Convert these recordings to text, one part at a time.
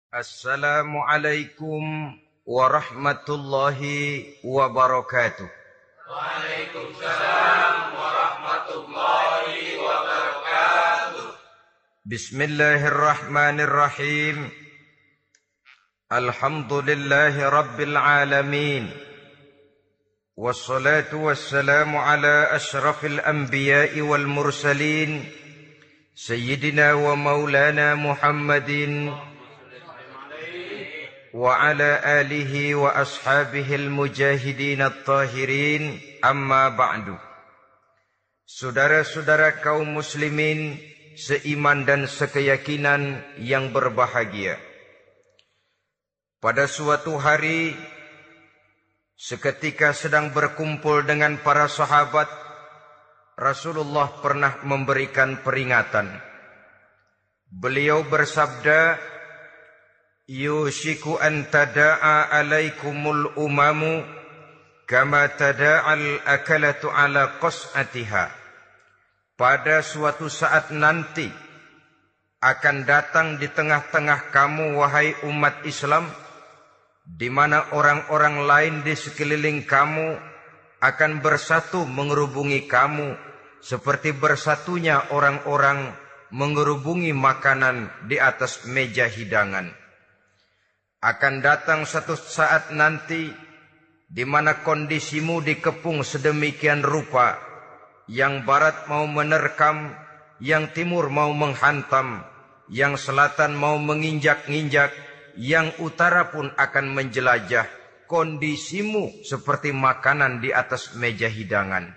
Assalamualaikum warahmatullahi wabarakatuh. Waalaikumsalam warahmatullahi wabarakatuh. Bismillahirrahmanirrahim. Alhamdulillahi rabbil alamin. Wassalatu wassalamu ala ashrafil anbiya'i wal mursalin. Sayyidina wa maulana Muhammadin wa ala alihi wa ashabihil mujahidin at-tahirin, amma ba'du. Saudara-saudara kaum muslimin seiman dan sekeyakinan yang berbahagia. Pada suatu hari, seketika sedang berkumpul dengan para sahabat, Rasulullah pernah memberikan peringatan. Beliau bersabda, yushiku an tada'a alaikumul umamu kama tada'al akalatu ala qas'atiha. Pada suatu saat nanti akan datang di tengah-tengah kamu, wahai umat Islam, di mana orang-orang lain di sekeliling kamu akan bersatu mengerubungi kamu seperti bersatunya orang-orang mengerubungi makanan di atas meja hidangan. Akan datang satu saat nanti di mana kondisimu dikepung sedemikian rupa, yang barat mau menerkam, yang timur mau menghantam, yang selatan mau menginjak-injak, yang utara pun akan menjelajah. Kondisimu seperti makanan di atas meja hidangan.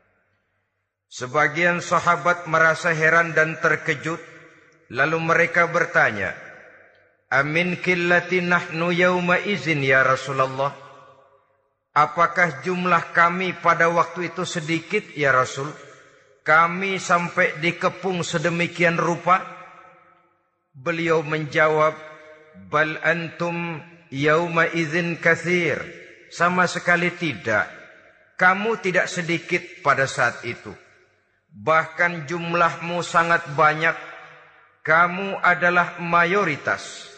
Sebagian sahabat merasa heran dan terkejut, lalu mereka bertanya, amin qillati nahnu yauma izin ya Rasulullah? Apakah jumlah kami pada waktu itu sedikit ya Rasul? Kami sampai dikepung sedemikian rupa? Beliau menjawab, bal antum yauma izin katsir. Sama sekali tidak. Kamu tidak sedikit pada saat itu. Bahkan jumlahmu sangat banyak. Kamu adalah mayoritas.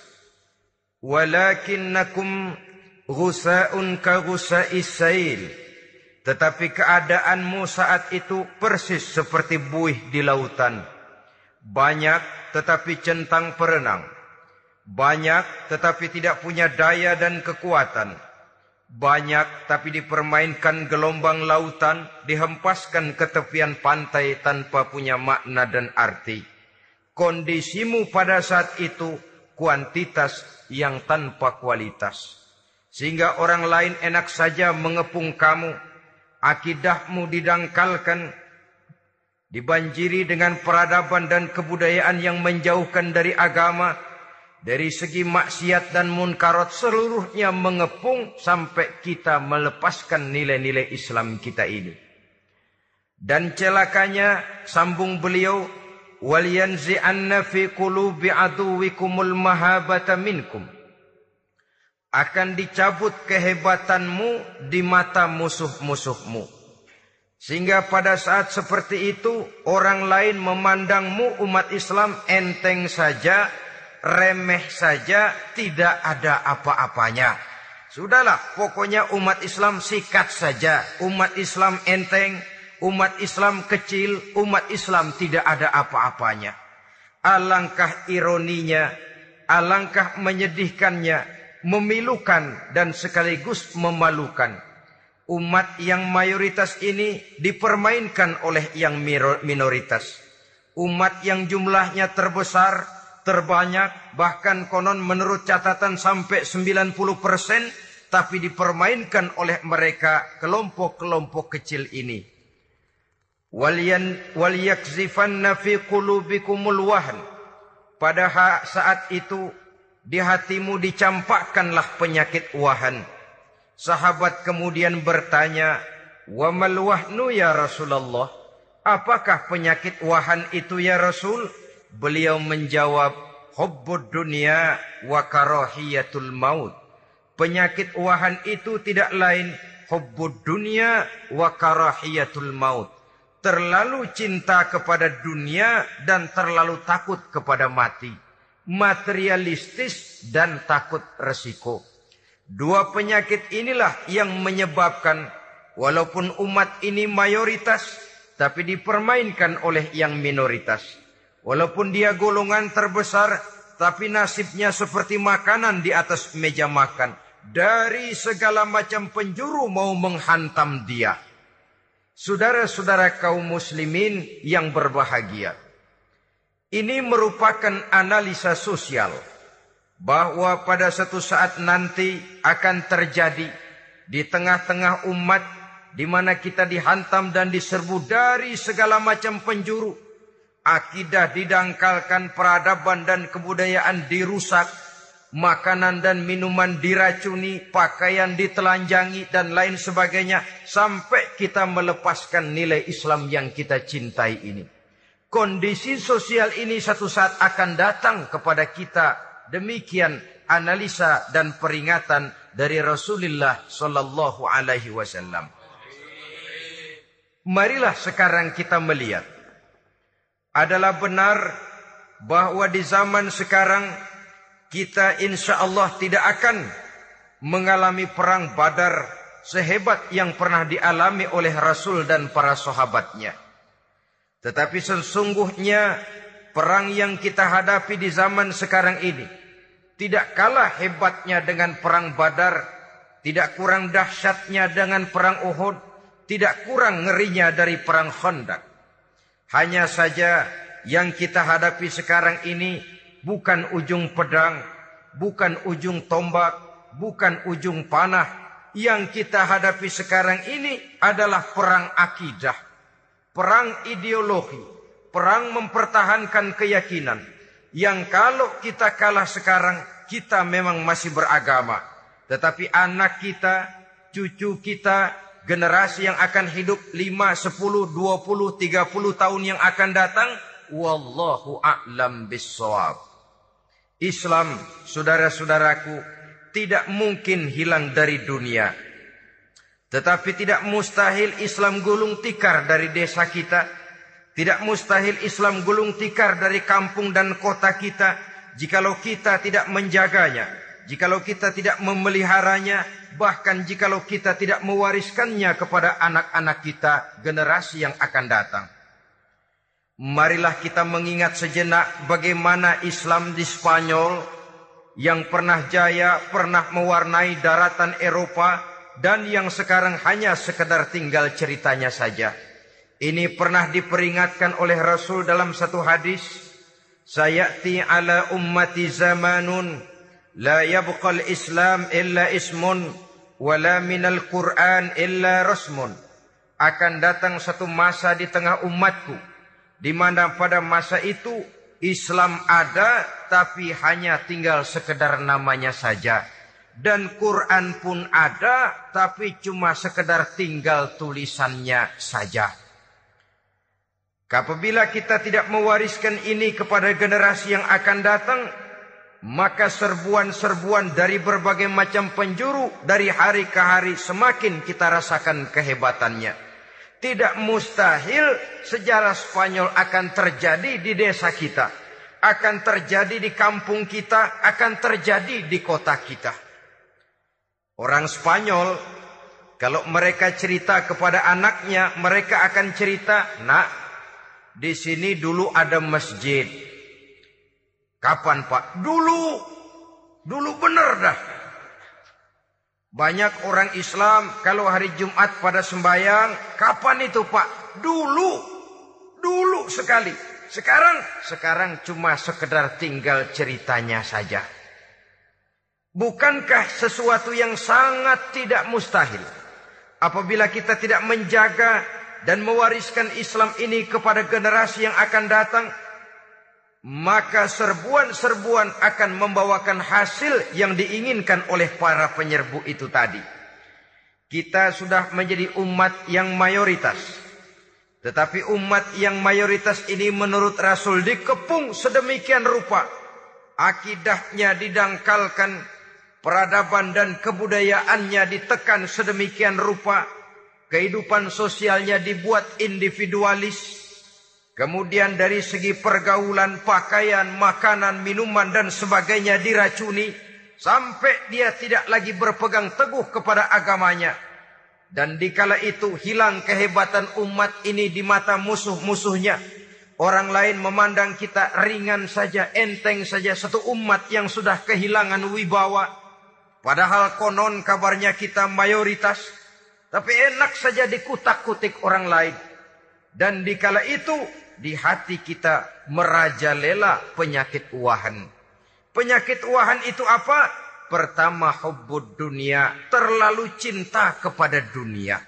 Walakinnakum ghusa'un ka ghusa'is sail. Tetapi keadaanmu saat itu persis seperti buih di lautan. Banyak tetapi centang perenang. Banyak tetapi tidak punya daya dan kekuatan. Banyak tapi dipermainkan gelombang lautan, dihempaskan ke tepian pantai tanpa punya makna dan arti. Kondisimu pada saat itu kuantitas yang tanpa kualitas. Sehingga orang lain enak saja mengepung kamu. Akidahmu didangkalkan, dibanjiri dengan peradaban dan kebudayaan yang menjauhkan dari agama. Dari segi maksiat dan munkarat seluruhnya mengepung sampai kita melepaskan nilai-nilai Islam kita ini. Dan celakanya, sambung beliau, waliyanzi'anna fi qulubi aduwikumul mahabata minkum. Akan dicabut kehebatanmu di mata musuh-musuhmu. Sehingga pada saat seperti itu, orang lain memandangmu umat Islam enteng saja, remeh saja, tidak ada apa-apanya. Sudahlah, pokoknya umat Islam sikat saja. Umat Islam enteng, umat Islam kecil, umat Islam tidak ada apa-apanya. Alangkah ironinya, alangkah menyedihkannya, memilukan dan sekaligus memalukan. Umat yang mayoritas ini dipermainkan oleh yang minoritas. Umat yang jumlahnya terbesar, terbanyak, bahkan konon menurut catatan sampai 90%, tapi dipermainkan oleh mereka kelompok-kelompok kecil ini. Waliyakzifanna fi qulubikumul wahn. Pada saat itu di hatimu dicampakkanlah penyakit wahan. Sahabat kemudian bertanya, wa mal wahnu ya Rasulullah? Apakah penyakit wahan itu ya Rasul? Beliau menjawab, hubbud dunya wa karahiyatul maut. Penyakit wahan itu tidak lain hubbud dunya wa karahiyatul maut. Terlalu cinta kepada dunia dan terlalu takut kepada mati. materialistis, dan takut resiko. Dua penyakit inilah yang menyebabkan walaupun umat ini mayoritas, tapi dipermainkan oleh yang minoritas. Walaupun dia golongan terbesar, tapi nasibnya seperti makanan di atas meja makan. Dari segala macam penjuru mau menghantam dia. Saudara-saudara kaum muslimin yang berbahagia, ini merupakan analisa sosial bahwa pada satu saat nanti akan terjadi di tengah-tengah umat di mana kita dihantam dan diserbu dari segala macam penjuru. Akidah didangkalkan, peradaban dan kebudayaan dirusak, makanan dan minuman diracuni, pakaian ditelanjangi dan lain sebagainya, sampai kita melepaskan nilai Islam yang kita cintai ini. Kondisi sosial ini satu saat akan datang kepada kita. Demikian analisa dan peringatan dari Rasulullah sallallahu alaihi wasallam. Marilah sekarang kita melihat, adalah benar bahwa di zaman sekarang kita insya Allah tidak akan mengalami perang Badar sehebat yang pernah dialami oleh Rasul dan para sahabatnya. Tetapi sesungguhnya perang yang kita hadapi di zaman sekarang ini tidak kalah hebatnya dengan perang Badar, tidak kurang dahsyatnya dengan perang Uhud, tidak kurang ngerinya dari perang Khandaq. Hanya saja yang kita hadapi sekarang ini bukan ujung pedang, bukan ujung tombak, bukan ujung panah. Yang kita hadapi sekarang ini adalah perang akidah, perang ideologi, perang mempertahankan keyakinan. Yang kalau kita kalah sekarang, kita memang masih beragama. Tetapi anak kita, cucu kita, generasi yang akan hidup 5, 10, 20, 30 tahun yang akan datang, wallahu a'lam bissawab. Islam, saudara-saudaraku, tidak mungkin hilang dari dunia. Tetapi tidak mustahil Islam gulung tikar dari desa kita. Tidak mustahil Islam gulung tikar dari kampung dan kota kita, jikalau kita tidak menjaganya, jikalau kita tidak memeliharanya, bahkan jikalau kita tidak mewariskannya kepada anak-anak kita, generasi yang akan datang. Marilah kita mengingat sejenak bagaimana Islam di Spanyol yang pernah jaya, pernah mewarnai daratan Eropa, dan yang sekarang hanya sekedar tinggal ceritanya saja. Ini pernah diperingatkan oleh Rasul dalam satu hadis, sayati ala ummati zamanun la yabqal Islam illa ismun wala minal Qur'an illa rasmun. Akan datang satu masa di tengah umatku di mana pada masa itu Islam ada tapi hanya tinggal sekedar namanya saja, dan Quran pun ada tapi cuma sekedar tinggal tulisannya saja. Apabila kita tidak mewariskan ini kepada generasi yang akan datang, maka serbuan-serbuan dari berbagai macam penjuru dari hari ke hari semakin kita rasakan kehebatannya. Tidak mustahil sejarah Spanyol akan terjadi di desa kita, akan terjadi di kampung kita, akan terjadi di kota kita. Orang Spanyol, kalau mereka cerita kepada anaknya, mereka akan cerita, nak, di sini dulu ada masjid. Kapan, Pak? Dulu bener dah. Banyak orang Islam kalau hari Jumat pada sembahyang, kapan itu, Pak? Dulu sekali. Sekarang cuma sekedar tinggal ceritanya saja. Bukankah sesuatu yang sangat tidak mustahil apabila kita tidak menjaga dan mewariskan Islam ini kepada generasi yang akan datang, maka serbuan-serbuan akan membawakan hasil yang diinginkan oleh para penyerbu itu tadi. Kita sudah menjadi umat yang mayoritas, tetapi umat yang mayoritas ini menurut Rasul dikepung sedemikian rupa, akidahnya didangkalkan, peradaban dan kebudayaannya ditekan sedemikian rupa, kehidupan sosialnya dibuat individualis. Kemudian dari segi pergaulan, pakaian, makanan, minuman dan sebagainya diracuni. Sampai dia tidak lagi berpegang teguh kepada agamanya. Dan dikala itu hilang kehebatan umat ini di mata musuh-musuhnya. Orang lain memandang kita ringan saja, enteng saja, satu umat yang sudah kehilangan wibawa. Padahal konon kabarnya kita mayoritas. Tapi enak saja dikutak-kutik orang lain. Dan dikala itu di hati kita merajalela penyakit uahan. Penyakit uahan itu apa? Pertama, hubbud dunia, terlalu cinta kepada dunia.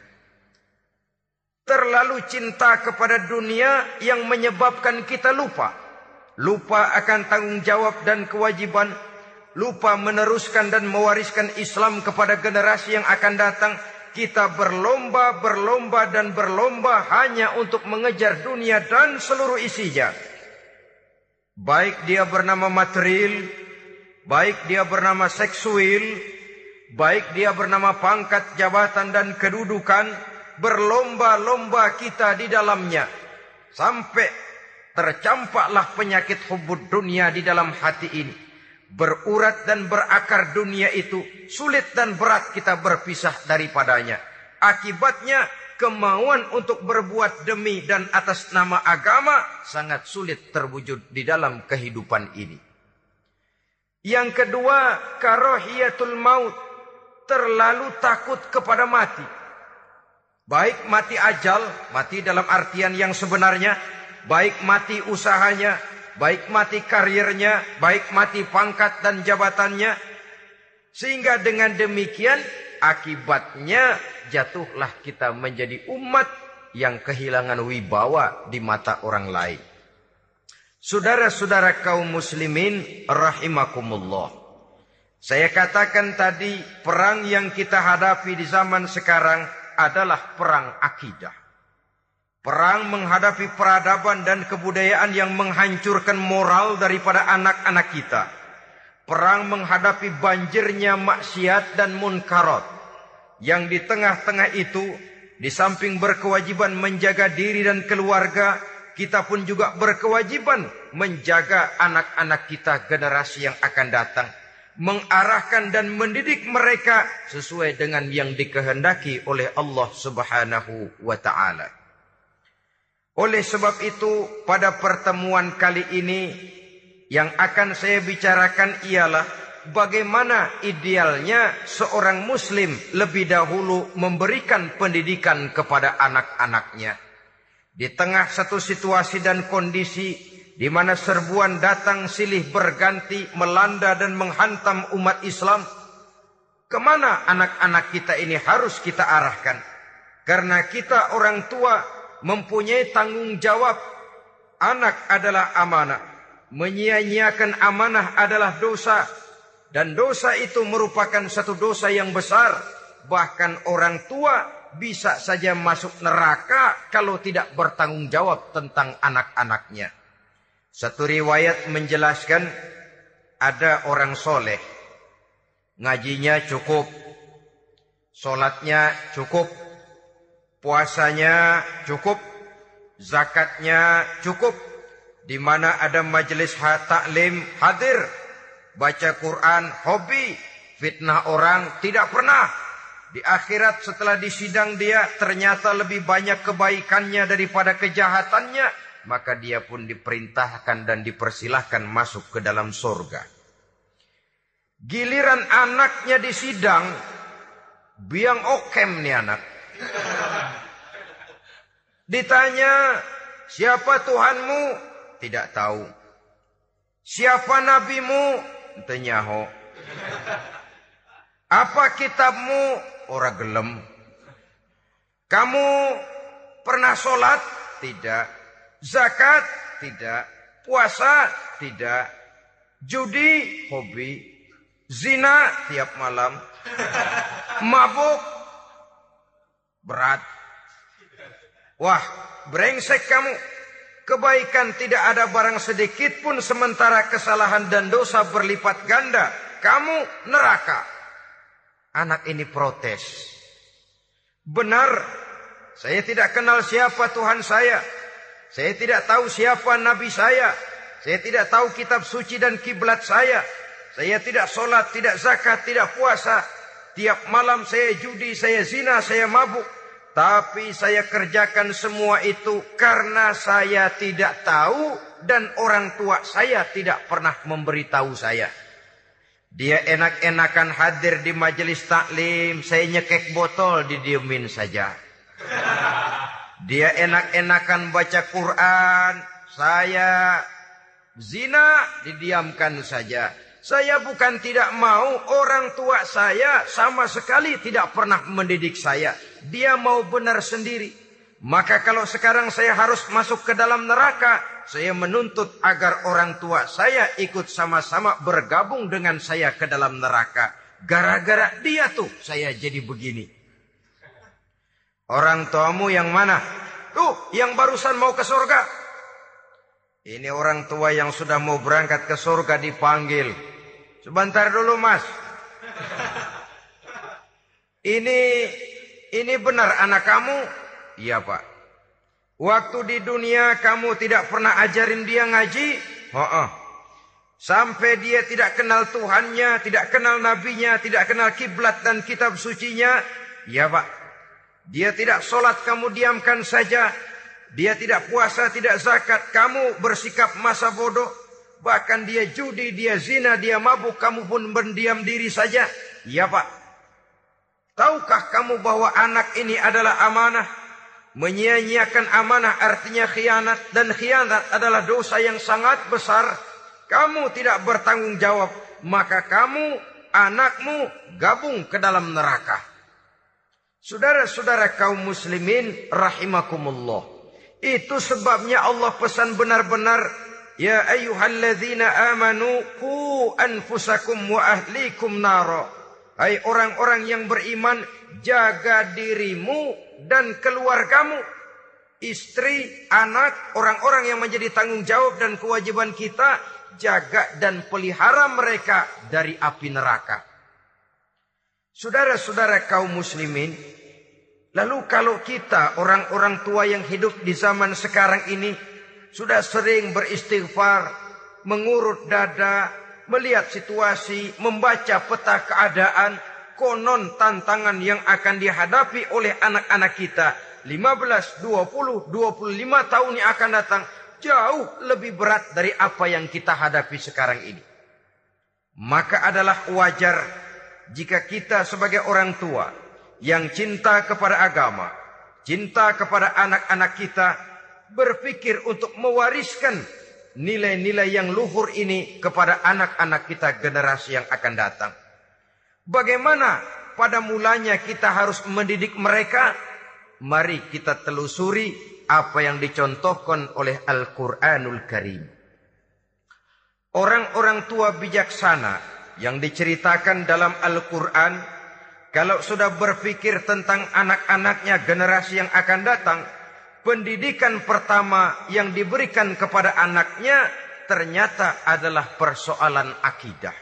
Terlalu cinta kepada dunia yang menyebabkan kita lupa. Lupa akan tanggung jawab dan kewajiban. Lupa meneruskan dan mewariskan Islam kepada generasi yang akan datang. Kita berlomba hanya untuk mengejar dunia dan seluruh isinya. Baik dia bernama material, baik dia bernama seksual, baik dia bernama pangkat, jabatan dan kedudukan, berlomba-lomba kita di dalamnya. Sampai tercampaklah penyakit hubbud dunia di dalam hati ini. Berurat dan berakar dunia itu, sulit dan berat kita berpisah daripadanya. Akibatnya kemauan untuk berbuat demi dan atas nama agama sangat sulit terwujud di dalam kehidupan ini. Yang kedua, karahiyatul maut, terlalu takut kepada mati. Baik mati ajal, mati dalam artian yang sebenarnya, baik mati usahanya, baik mati karirnya, baik mati pangkat dan jabatannya. Sehingga dengan demikian akibatnya jatuhlah kita menjadi umat yang kehilangan wibawa di mata orang lain. Saudara-saudara kaum muslimin rahimakumullah. Saya katakan tadi, perang yang kita hadapi di zaman sekarang adalah perang akidah. Perang menghadapi peradaban dan kebudayaan yang menghancurkan moral daripada anak-anak kita. Perang menghadapi banjirnya maksiat dan munkarat. Yang di tengah-tengah itu, di samping berkewajiban menjaga diri dan keluarga, kita pun juga berkewajiban menjaga anak-anak kita, generasi yang akan datang. Mengarahkan dan mendidik mereka sesuai dengan yang dikehendaki oleh Allah Subhanahu wa ta'ala. Oleh sebab itu, pada pertemuan kali ini yang akan saya bicarakan ialah bagaimana idealnya seorang muslim lebih dahulu memberikan pendidikan kepada anak-anaknya. Di tengah satu situasi dan kondisi di mana serbuan datang silih berganti melanda dan menghantam umat Islam, kemana anak-anak kita ini harus kita arahkan? Karena kita orang tua mempunyai tanggung jawab. Anak adalah amanah. Menyia-nyiakan amanah adalah dosa. Dan dosa itu merupakan satu dosa yang besar. Bahkan orang tua bisa saja masuk neraka kalau tidak bertanggung jawab tentang anak-anaknya. Satu riwayat menjelaskan ada orang soleh. Ngajinya cukup. Sholatnya cukup. Puasanya cukup, zakatnya cukup, di mana ada majelis taklim hadir, baca Quran hobi, fitnah orang tidak pernah. Di akhirat setelah disidang dia ternyata lebih banyak kebaikannya daripada kejahatannya, maka dia pun diperintahkan dan dipersilahkan masuk ke dalam surga. Giliran anaknya disidang, biang okem nih anak. Ditanya, siapa Tuhanmu? Tidak tahu. Siapa nabimu? Tenyaho. Apa kitabmu? Ora gelem. Kamu pernah sholat? Tidak. Zakat? Tidak. Puasa? Tidak. Judi? Hobi. Zina? Tiap malam. Mabuk? Berat. Wah, brengsek kamu. Kebaikan tidak ada barang sedikit pun, sementara kesalahan dan dosa berlipat ganda. Kamu neraka. Anak ini protes. Benar, saya tidak kenal siapa Tuhan saya. Saya tidak tahu siapa nabi saya. Saya tidak tahu kitab suci dan kiblat saya. Saya tidak sholat, tidak zakat, tidak puasa. Tiap malam saya judi, saya zina, saya mabuk. Tapi saya kerjakan semua itu karena saya tidak tahu dan orang tua saya tidak pernah memberitahu saya. Dia enak-enakan hadir di majelis taklim, saya nyekek botol, didiemin saja. Dia enak-enakan baca Quran, saya zina, didiamkan saja. Saya bukan tidak mau, orang tua saya sama sekali tidak pernah mendidik saya. Dia mau benar sendiri. Maka kalau sekarang saya harus masuk ke dalam neraka, saya menuntut agar orang tua saya ikut sama-sama bergabung dengan saya ke dalam neraka. Gara-gara dia tuh saya jadi begini. Orang tuamu yang mana? Tuh, yang barusan mau ke surga. Ini orang tua yang sudah mau berangkat ke surga dipanggil. Sebentar dulu, Mas. Ini benar anak kamu? Iya, Pak. Waktu di dunia kamu tidak pernah ajarin dia ngaji? Sampai dia tidak kenal Tuhannya, tidak kenal nabinya, tidak kenal kiblat dan kitab sucinya? Iya, Pak. Dia tidak sholat, kamu diamkan saja. Dia tidak puasa, tidak zakat, kamu bersikap masa bodoh. Bahkan dia judi, dia zina, dia mabuk, kamu pun berdiam diri saja. Iya, Pak. Tahukah kamu bahwa anak ini adalah amanah? Menyia-nyiakan amanah artinya khianat. Dan khianat adalah dosa yang sangat besar. Kamu tidak bertanggung jawab. Maka kamu, anakmu, gabung ke dalam neraka. Saudara-saudara kaum muslimin rahimakumullah. Itu sebabnya Allah pesan benar-benar. Ya ayyuhalladzina amanu qu anfusakum wa ahlikum nara. Hai orang-orang yang beriman, jaga dirimu dan keluargamu. Istri, anak, orang-orang yang menjadi tanggung jawab dan kewajiban kita, jaga dan pelihara mereka dari api neraka. Saudara-saudara kaum muslimin, lalu kalau kita orang-orang tua yang hidup di zaman sekarang ini sudah sering beristighfar, mengurut dada, melihat situasi, membaca peta keadaan, konon tantangan yang akan dihadapi oleh anak-anak kita 15, 20, 25 tahun yang akan datang jauh lebih berat dari apa yang kita hadapi sekarang ini. Maka adalah wajar jika kita sebagai orang tua yang cinta kepada agama, cinta kepada anak-anak kita, berpikir untuk mewariskan nilai-nilai yang luhur ini kepada anak-anak kita generasi yang akan datang. Bagaimana pada mulanya kita harus mendidik mereka? Mari kita telusuri apa yang dicontohkan oleh Al-Quranul Karim. Orang-orang tua bijaksana yang diceritakan dalam Al-Quran, kalau sudah berpikir tentang anak-anaknya generasi yang akan datang, pendidikan pertama yang diberikan kepada anaknya ternyata adalah persoalan akidah.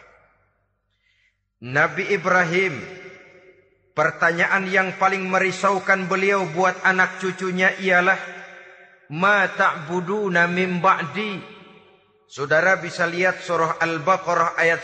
Nabi Ibrahim, pertanyaan yang paling merisaukan beliau buat anak cucunya ialah, ma ta'buduna min ba'di. Saudara bisa lihat surah Al-Baqarah ayat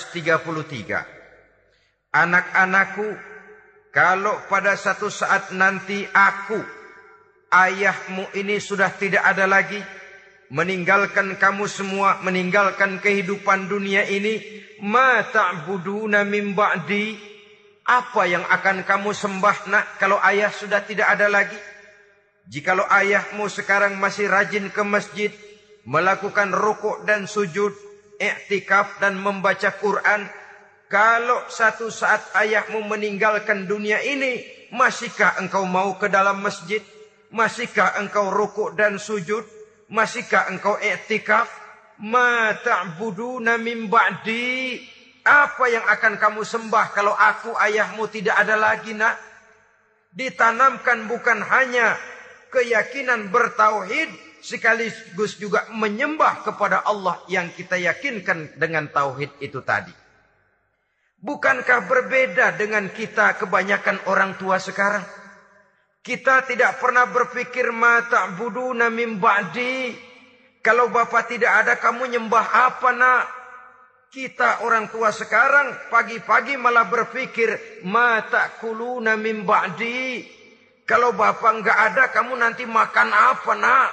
133. Anak-anakku, kalau pada satu saat nanti aku, ayahmu ini sudah tidak ada lagi, meninggalkan kamu semua, meninggalkan kehidupan dunia ini, ma ta'buduna min ba'di, apa yang akan kamu sembah nak kalau ayah sudah tidak ada lagi? Jikalau ayahmu sekarang masih rajin ke masjid, melakukan rukuk dan sujud, i'tikaf dan membaca Quran, kalau satu saat ayahmu meninggalkan dunia ini, masihkah engkau mau ke dalam masjid? Masihkah engkau rukuk dan sujud? Masihkah engkau i'tikaf? Ma ta'buduna min ba'di. Apa yang akan kamu sembah kalau aku ayahmu tidak ada lagi nak? Ditanamkan bukan hanya keyakinan bertauhid, sekaligus juga menyembah kepada Allah yang kita yakinkan dengan tauhid itu tadi. Bukankah berbeda dengan kita kebanyakan orang tua sekarang? Kita tidak pernah berpikir ma ta'buduna min ba'di. Kalau bapak tidak ada, kamu nyembah apa nak? Kita orang tua sekarang pagi-pagi malah berpikir ma ta'kuluna min ba'di. Kalau bapak enggak ada, kamu nanti makan apa nak?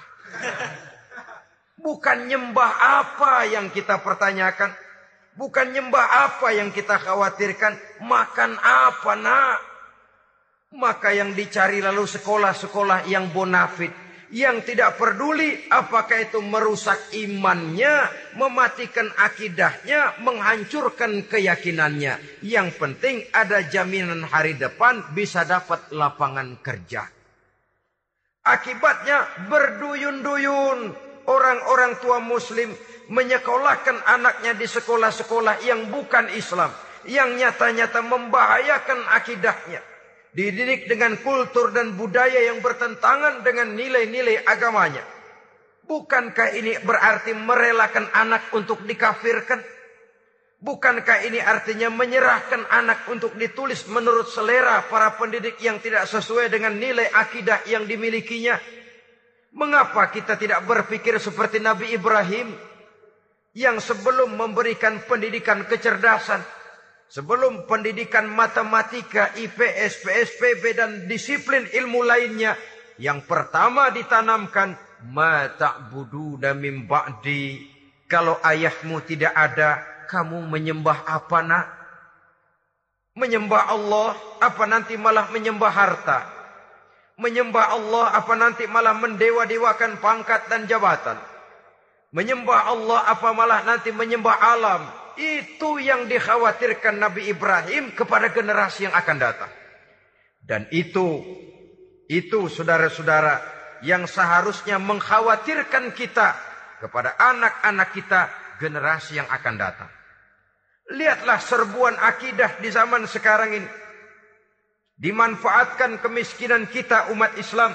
Bukan nyembah apa yang kita pertanyakan. Bukan nyembah apa yang kita khawatirkan. Makan apa nak? Maka yang dicari lalu sekolah-sekolah yang bonafit. Yang tidak peduli apakah itu merusak imannya, mematikan akidahnya, menghancurkan keyakinannya. Yang penting ada jaminan hari depan bisa dapat lapangan kerja. Akibatnya berduyun-duyun orang-orang tua muslim menyekolahkan anaknya di sekolah-sekolah yang bukan Islam. Yang nyata-nyata membahayakan akidahnya. Dididik dengan kultur dan budaya yang bertentangan dengan nilai-nilai agamanya. Bukankah ini berarti merelakan anak untuk dikafirkan? Bukankah ini artinya menyerahkan anak untuk ditulis menurut selera para pendidik yang tidak sesuai dengan nilai akidah yang dimilikinya? Mengapa kita tidak berpikir seperti Nabi Ibrahim yang sebelum memberikan pendidikan kecerdasan, sebelum pendidikan matematika, IPS, PSPB dan disiplin ilmu lainnya, yang pertama ditanamkan ma ta'buduna min ba'di. Kalau ayahmu tidak ada, kamu menyembah apa nak? Menyembah Allah, apa nanti malah menyembah harta? Menyembah Allah, apa nanti malah mendewa-dewakan pangkat dan jabatan? Menyembah Allah, apa malah nanti menyembah alam? Itu yang dikhawatirkan Nabi Ibrahim kepada generasi yang akan datang. Dan itu saudara-saudara yang seharusnya mengkhawatirkan kita kepada anak-anak kita, generasi yang akan datang. Lihatlah serbuan akidah di zaman sekarang ini. Dimanfaatkan kemiskinan kita umat Islam.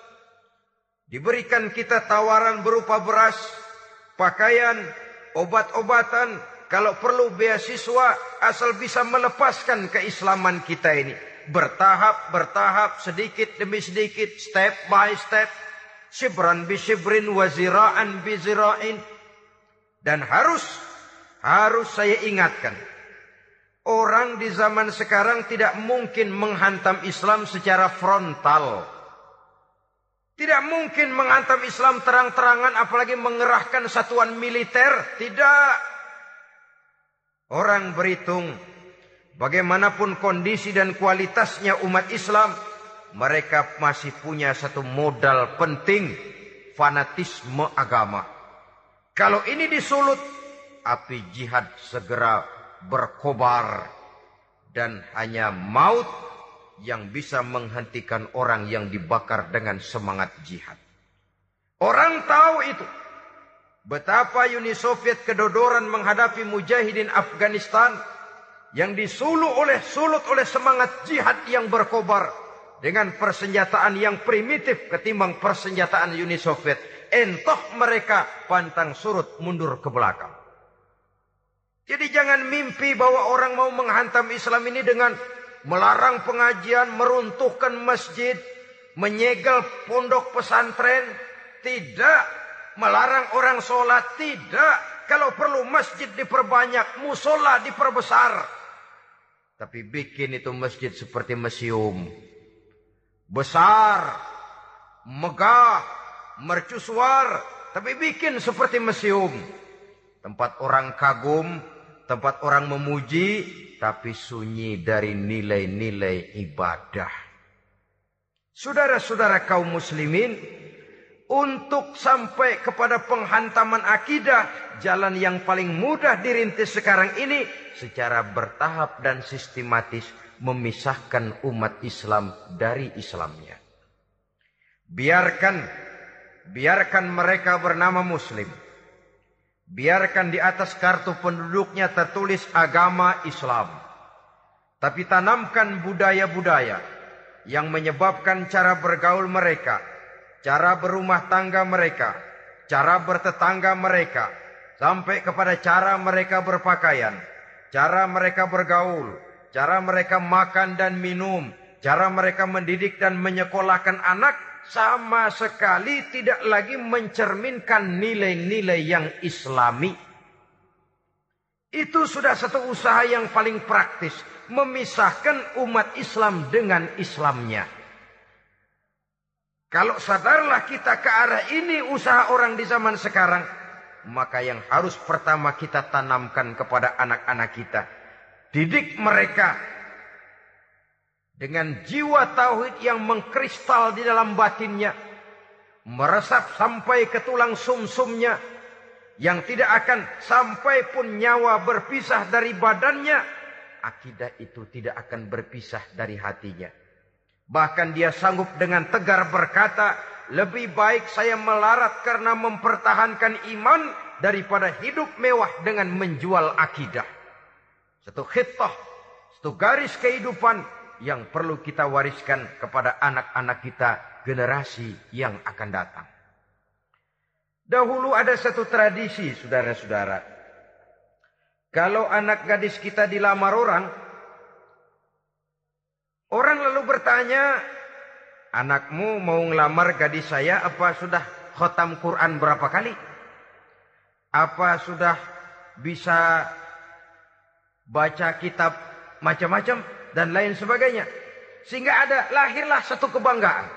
Diberikan kita tawaran berupa beras, pakaian, obat-obatan, kalau perlu beasiswa, asal bisa melepaskan keislaman kita ini. Bertahap, sedikit demi sedikit, step by step. Shibran bi shibrin wa zira'an bi zira'in. Dan harus saya ingatkan. Orang di zaman sekarang tidak mungkin menghantam Islam secara frontal. Tidak mungkin menghantam Islam terang-terangan, apalagi mengerahkan satuan militer. Tidak. Orang berhitung bagaimanapun kondisi dan kualitasnya umat Islam, mereka masih punya satu modal penting, fanatisme agama. Kalau ini disulut, api jihad segera berkobar dan hanya maut yang bisa menghentikan orang yang dibakar dengan semangat jihad. Orang tahu itu. Betapa Uni Soviet kedodoran menghadapi mujahidin Afghanistan yang disulut oleh semangat jihad yang berkobar dengan persenjataan yang primitif ketimbang persenjataan Uni Soviet. Entah mereka pantang surut mundur ke belakang. Jadi jangan mimpi bahwa orang mau menghantam Islam ini dengan melarang pengajian, meruntuhkan masjid, menyegel pondok pesantren. Tidak. Melarang orang sholat, tidak. Kalau perlu masjid diperbanyak, musola diperbesar. Tapi bikin itu masjid seperti museum. Besar, megah, mercusuar. Tapi bikin seperti museum. Tempat orang kagum, tempat orang memuji, tapi sunyi dari nilai-nilai ibadah. Saudara-saudara kaum muslimin, untuk sampai kepada penghantaman akidah, jalan yang paling mudah dirintis sekarang ini secara bertahap dan sistematis memisahkan umat Islam dari Islamnya. Biarkan mereka bernama Muslim. Biarkan di atas kartu penduduknya tertulis agama Islam. Tapi tanamkan budaya-budaya yang menyebabkan cara bergaul mereka, cara berumah tangga mereka, cara bertetangga mereka, sampai kepada cara mereka berpakaian, cara mereka bergaul, cara mereka makan dan minum, cara mereka mendidik dan menyekolahkan anak sama sekali tidak lagi mencerminkan nilai-nilai yang islami. Itu sudah satu usaha yang paling praktis, memisahkan umat Islam dengan Islamnya. Kalau sadarlah kita ke arah ini usaha orang di zaman sekarang, maka yang harus pertama kita tanamkan kepada anak-anak kita, didik mereka dengan jiwa tauhid yang mengkristal di dalam batinnya, meresap sampai ke tulang sumsumnya, yang tidak akan sampai pun nyawa berpisah dari badannya, akidah itu tidak akan berpisah dari hatinya. Bahkan dia sanggup dengan tegar berkata, lebih baik saya melarat karena mempertahankan iman daripada hidup mewah dengan menjual akidah. Satu khitah, satu garis kehidupan yang perlu kita wariskan kepada anak-anak kita, generasi yang akan datang. Dahulu ada satu tradisi, saudara-saudara. Kalau anak gadis kita dilamar orang, orang lalu bertanya, anakmu mau ngelamar gadis saya, apa sudah khotam Quran berapa kali? Apa sudah bisa baca kitab macam-macam dan lain sebagainya? Sehingga lahirlah satu kebanggaan.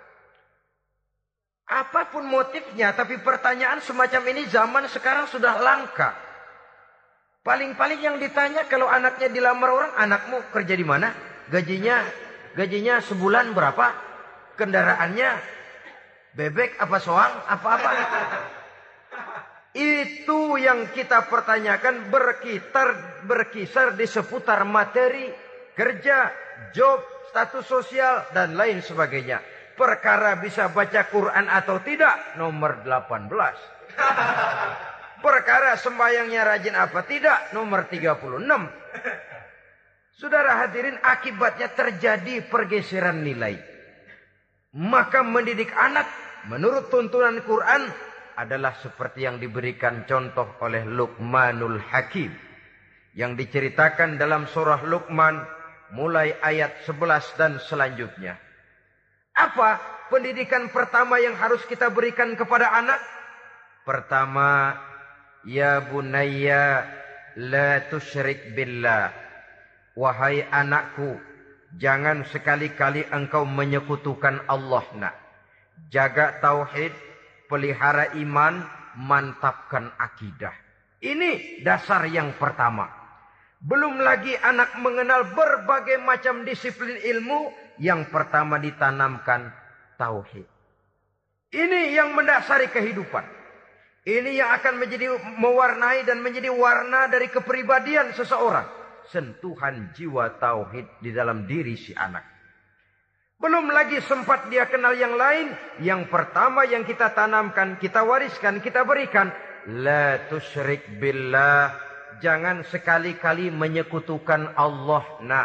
Apapun motifnya, tapi pertanyaan semacam ini zaman sekarang sudah langka. Paling-paling yang ditanya kalau anaknya dilamar orang, anakmu kerja di mana? Gajinya sebulan berapa? Kendaraannya bebek apa soang? Apa-apa? Itu yang kita pertanyakan, berkisar di seputar materi, kerja, job, status sosial, dan lain sebagainya. Perkara bisa baca Quran atau tidak, nomor 18. Perkara sembahyangnya rajin apa tidak, nomor 36. Saudara hadirin, akibatnya terjadi pergeseran nilai. Maka mendidik anak menurut tuntunan Quran adalah seperti yang diberikan contoh oleh Luqmanul Hakim, yang diceritakan dalam surah Luqman mulai ayat 11 dan selanjutnya. Apa pendidikan pertama yang harus kita berikan kepada anak? Pertama, ya bunayya la tusyrik billah. Wahai anakku, jangan sekali-kali engkau menyekutukan Allah. Nak, jaga tauhid, pelihara iman, mantapkan akidah. Ini dasar yang pertama. Belum lagi anak mengenal berbagai macam disiplin ilmu, yang pertama ditanamkan tauhid. Ini yang mendasari kehidupan. Ini yang akan menjadi mewarnai dan menjadi warna dari kepribadian seseorang. Sentuhan jiwa tauhid di dalam diri si anak. Belum lagi sempat dia kenal yang lain. Yang pertama yang kita tanamkan, kita wariskan, kita berikan, la tusyrik billah. Jangan sekali-kali menyekutukan Allah. Nah,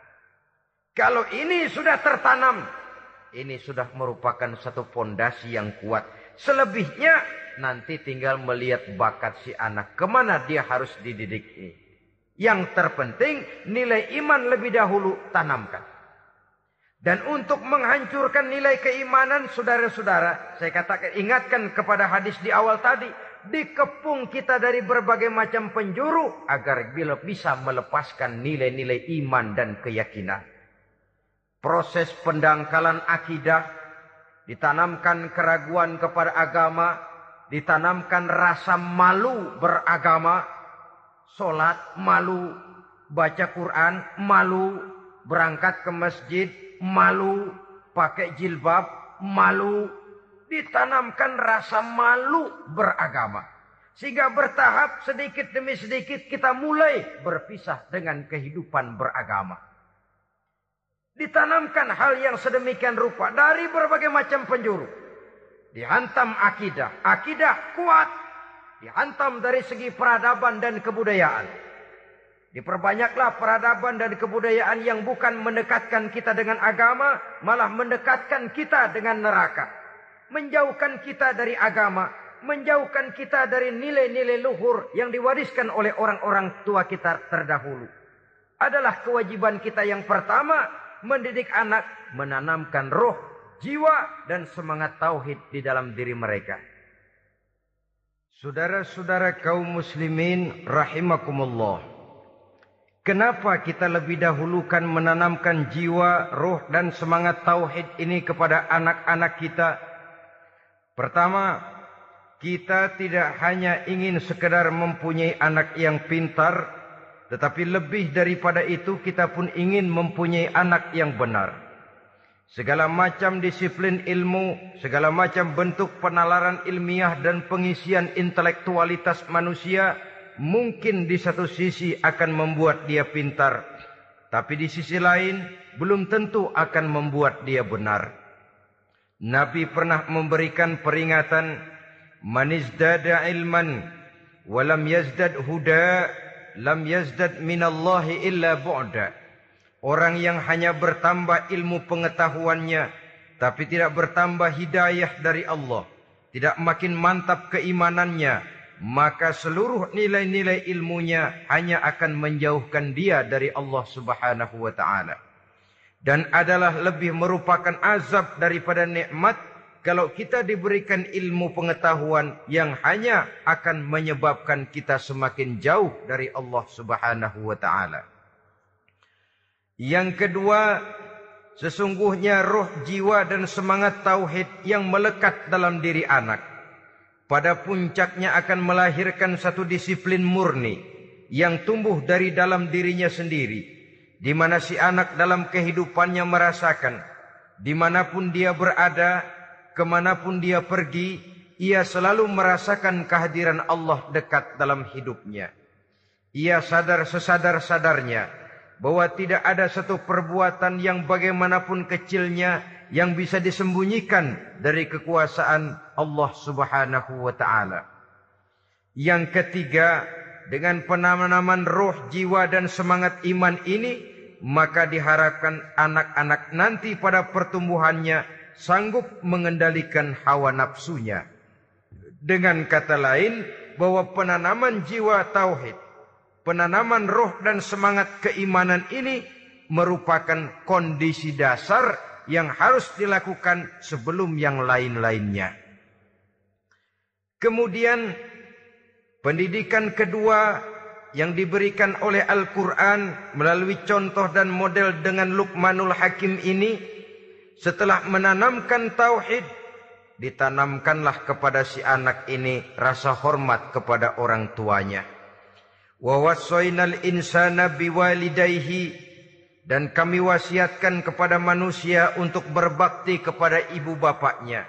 kalau ini sudah tertanam, ini sudah merupakan satu fondasi yang kuat. Selebihnya nanti tinggal melihat bakat si anak, kemana dia harus dididik ini. Yang terpenting nilai iman lebih dahulu tanamkan. Dan untuk menghancurkan nilai keimanan, saudara-saudara, saya katakan, ingatkan kepada hadis di awal tadi, dikepung kita dari berbagai macam penjuru agar bila bisa melepaskan nilai-nilai iman dan keyakinan. Proses pendangkalan akidah, ditanamkan keraguan kepada agama, ditanamkan rasa malu beragama, sholat malu, baca Quran malu, berangkat ke masjid malu, pakai jilbab malu. Ditanamkan rasa malu beragama. Sehingga bertahap sedikit demi sedikit kita mulai berpisah dengan kehidupan beragama. Ditanamkan hal yang sedemikian rupa dari berbagai macam penjuru. Dihantam akidah. Akidah kuat. Dihantam dari segi peradaban dan kebudayaan. Diperbanyaklah peradaban dan kebudayaan yang bukan mendekatkan kita dengan agama, malah mendekatkan kita dengan neraka. Menjauhkan kita dari agama, menjauhkan kita dari nilai-nilai luhur yang diwariskan oleh orang-orang tua kita terdahulu. Adalah kewajiban kita yang pertama, mendidik anak, menanamkan roh, jiwa, dan semangat tauhid di dalam diri mereka. Saudara-saudara kaum muslimin rahimakumullah. Kenapa kita lebih dahulukan menanamkan jiwa, roh, dan semangat tauhid ini kepada anak-anak kita? Pertama, kita tidak hanya ingin sekedar mempunyai anak yang pintar, tetapi lebih daripada itu kita pun ingin mempunyai anak yang benar. Segala macam disiplin ilmu, segala macam bentuk penalaran ilmiah dan pengisian intelektualitas manusia mungkin di satu sisi akan membuat dia pintar, tapi di sisi lain belum tentu akan membuat dia benar. Nabi pernah memberikan peringatan, "Man izdada ilman wa lam yazdad huda, lam yazdad minallahi illa bu'da." Orang yang hanya bertambah ilmu pengetahuannya, tapi tidak bertambah hidayah dari Allah, tidak makin mantap keimanannya, maka seluruh nilai-nilai ilmunya hanya akan menjauhkan dia dari Allah Subhanahu wa ta'ala. Dan adalah lebih merupakan azab daripada nikmat kalau kita diberikan ilmu pengetahuan yang hanya akan menyebabkan kita semakin jauh dari Allah Subhanahu wa ta'ala. Yang kedua, sesungguhnya roh, jiwa, dan semangat tauhid yang melekat dalam diri anak pada puncaknya akan melahirkan satu disiplin murni yang tumbuh dari dalam dirinya sendiri, di mana si anak dalam kehidupannya merasakan dimanapun dia berada, kemanapun dia pergi, ia selalu merasakan kehadiran Allah dekat dalam hidupnya. Ia sadar sesadar-sadarnya bahwa tidak ada satu perbuatan yang bagaimanapun kecilnya yang bisa disembunyikan dari kekuasaan Allah Subhanahu wa ta'ala. Yang ketiga, dengan penanaman roh, jiwa, dan semangat iman ini, maka diharapkan anak-anak nanti pada pertumbuhannya sanggup mengendalikan hawa nafsunya. Dengan kata lain, bahwa penanaman jiwa tauhid, penanaman roh dan semangat keimanan ini merupakan kondisi dasar yang harus dilakukan sebelum yang lain-lainnya. Kemudian pendidikan kedua yang diberikan oleh Al-Quran melalui contoh dan model dengan Luqmanul Hakim ini, setelah menanamkan tauhid, ditanamkanlah kepada si anak ini rasa hormat kepada orang tuanya. Wa wassaynal insana biwalidayhi, dan kami wasiatkan kepada manusia untuk berbakti kepada ibu bapaknya.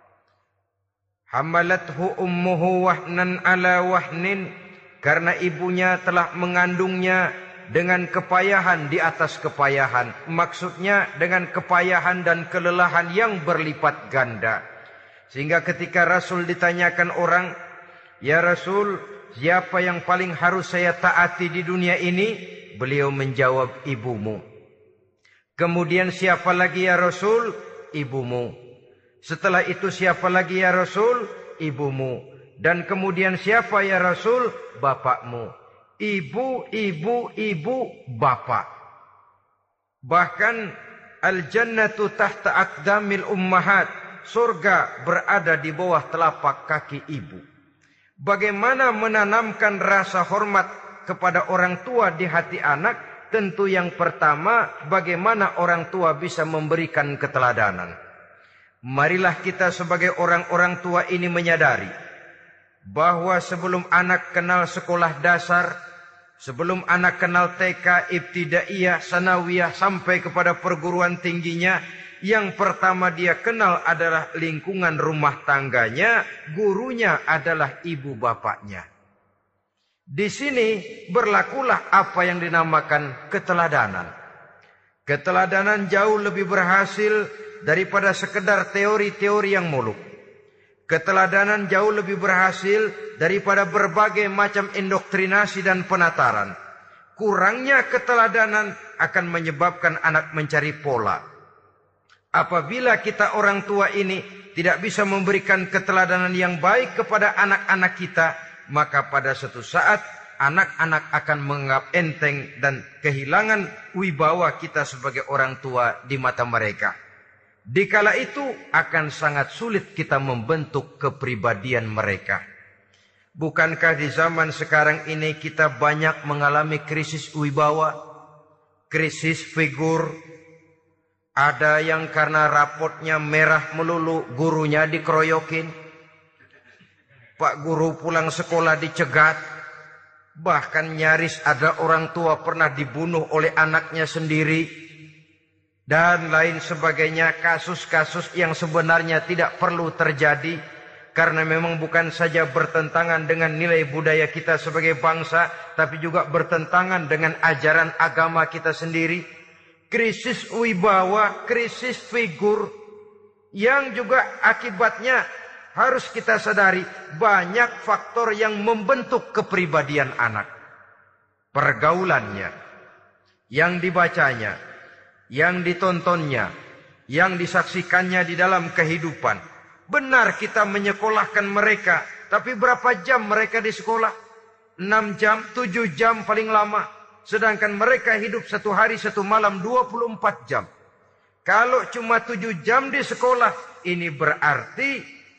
Hamalathu ummuhu wahnan ala wahnin, karena ibunya telah mengandungnya dengan kepayahan di atas kepayahan. Maksudnya dengan kepayahan dan kelelahan yang berlipat ganda. Sehingga ketika Rasul ditanyakan orang, "Ya Rasul, siapa yang paling harus saya taati di dunia ini?" Beliau menjawab, "Ibumu." Kemudian, "Siapa lagi ya Rasul?" "Ibumu." Setelah itu, "Siapa lagi ya Rasul?" "Ibumu." Dan kemudian, "Siapa ya Rasul?" "Bapakmu." Ibu, ibu, ibu, bapak. Bahkan al-jannatu tahta aqdamil ummahat, surga berada di bawah telapak kaki ibu. Bagaimana menanamkan rasa hormat kepada orang tua di hati anak? Tentu yang pertama, bagaimana orang tua bisa memberikan keteladanan. Marilah kita sebagai orang-orang tua ini menyadari bahwa sebelum anak kenal sekolah dasar, sebelum anak kenal TK, ibtidaiyah, sanawiyah, sampai kepada perguruan tingginya, yang pertama dia kenal adalah lingkungan rumah tangganya, gurunya adalah ibu bapaknya. Di sini berlakulah apa yang dinamakan keteladanan. Keteladanan jauh lebih berhasil daripada sekedar teori-teori yang muluk. Keteladanan jauh lebih berhasil daripada berbagai macam indoktrinasi dan penataran. Kurangnya keteladanan akan menyebabkan anak mencari pola. Apabila kita orang tua ini tidak bisa memberikan keteladanan yang baik kepada anak-anak kita, maka pada suatu saat anak-anak akan menganggap enteng dan kehilangan wibawa kita sebagai orang tua di mata mereka. Dikala itu akan sangat sulit kita membentuk kepribadian mereka. Bukankah di zaman sekarang ini kita banyak mengalami krisis wibawa, krisis figur? Ada yang karena rapotnya merah melulu, gurunya dikeroyokin. Pak guru pulang sekolah dicegat. Bahkan nyaris ada orang tua pernah dibunuh oleh anaknya sendiri. Dan lain sebagainya, kasus-kasus yang sebenarnya tidak perlu terjadi. Karena memang bukan saja bertentangan dengan nilai budaya kita sebagai bangsa, tapi juga bertentangan dengan ajaran agama kita sendiri. Krisis wibawa, krisis figur, yang juga akibatnya harus kita sadari banyak faktor yang membentuk kepribadian anak. Pergaulannya, yang dibacanya, yang ditontonnya, yang disaksikannya di dalam kehidupan. Benar kita menyekolahkan mereka, tapi berapa jam mereka di sekolah? 6 jam, 7 jam paling lama. Sedangkan mereka hidup 1 hari 1 malam 24 jam. Kalau cuma 7 jam di sekolah, ini berarti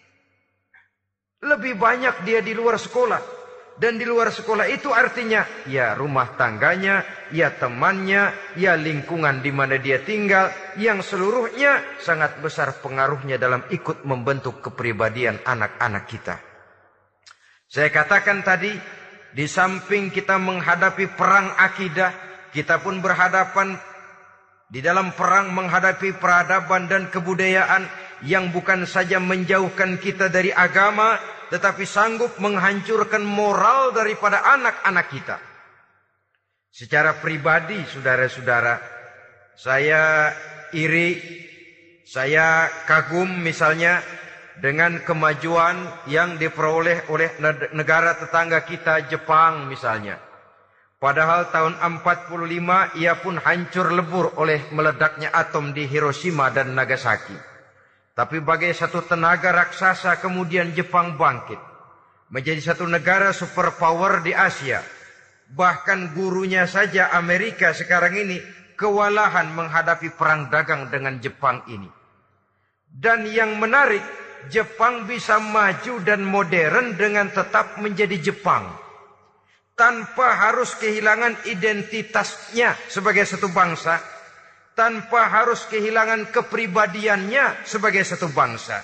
lebih banyak dia di luar sekolah. Dan di luar sekolah itu artinya ya rumah tangganya, ya temannya, ya lingkungan di mana dia tinggal, yang seluruhnya sangat besar pengaruhnya dalam ikut membentuk kepribadian anak-anak kita. Saya katakan tadi, di samping kita menghadapi perang akidah, kita pun berhadapan di dalam perang menghadapi peradaban dan kebudayaan yang bukan saja menjauhkan kita dari agama, tetapi sanggup menghancurkan moral daripada anak-anak kita. Secara pribadi, saudara-saudara, saya iri, saya kagum misalnya dengan kemajuan yang diperoleh oleh negara tetangga kita, Jepang misalnya. Padahal tahun 45 ia pun hancur lebur oleh meledaknya atom di Hiroshima dan Nagasaki. Tapi bagai satu tenaga raksasa kemudian Jepang bangkit. Menjadi satu negara superpower di Asia. Bahkan gurunya saja Amerika sekarang ini kewalahan menghadapi perang dagang dengan Jepang ini. Dan yang menarik, Jepang bisa maju dan modern dengan tetap menjadi Jepang. Tanpa harus kehilangan identitasnya sebagai satu bangsa. Tanpa harus kehilangan kepribadiannya sebagai satu bangsa.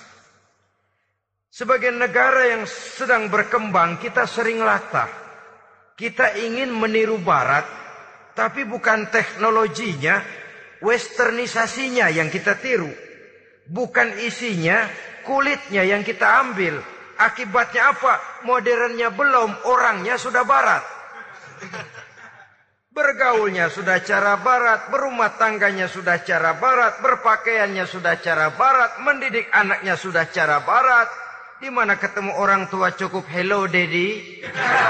Sebagai negara yang sedang berkembang, kita sering latah. Kita ingin meniru Barat, tapi bukan teknologinya, westernisasinya yang kita tiru. Bukan isinya, kulitnya yang kita ambil. Akibatnya apa? Modernnya belum, orangnya sudah Barat. Bergaulnya sudah cara Barat, berumah tangganya sudah cara Barat, berpakaiannya sudah cara Barat, mendidik anaknya sudah cara Barat. Di mana ketemu orang tua cukup hello daddy.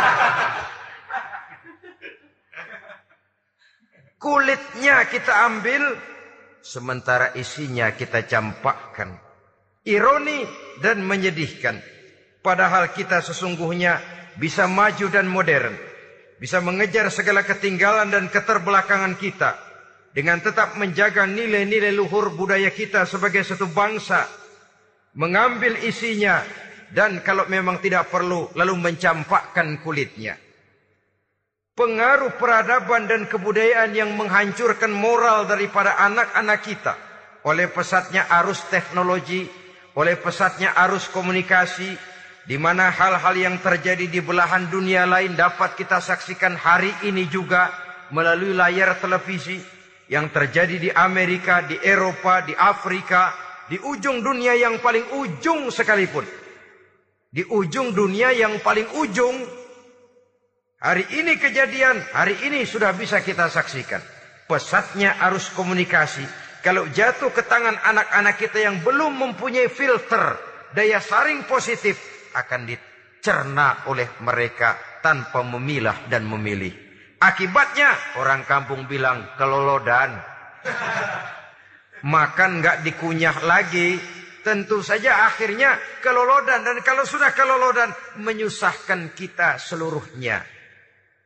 Kulitnya kita ambil, sementara isinya kita campakkan. Ironi dan menyedihkan. Padahal kita sesungguhnya bisa maju dan modern. Bisa mengejar segala ketinggalan dan keterbelakangan kita. Dengan tetap menjaga nilai-nilai luhur budaya kita sebagai satu bangsa. Mengambil isinya. Dan kalau memang tidak perlu, lalu mencampakkan kulitnya. Pengaruh peradaban dan kebudayaan yang menghancurkan moral daripada anak-anak kita. Oleh pesatnya arus teknologi. Oleh pesatnya arus komunikasi. Di mana hal-hal yang terjadi di belahan dunia lain dapat kita saksikan hari ini juga melalui layar televisi. Yang terjadi di Amerika, di Eropa, di Afrika, di ujung dunia yang paling ujung sekalipun. Di ujung dunia yang paling ujung. Hari ini kejadian, hari ini sudah bisa kita saksikan. Pesatnya arus komunikasi. Kalau jatuh ke tangan anak-anak kita yang belum mempunyai filter, daya saring positif, akan dicerna oleh mereka tanpa memilah dan memilih. Akibatnya orang kampung bilang kelolodan. Makan nggak dikunyah lagi. Tentu saja akhirnya kelolodan. Dan kalau sudah kelolodan, menyusahkan kita seluruhnya.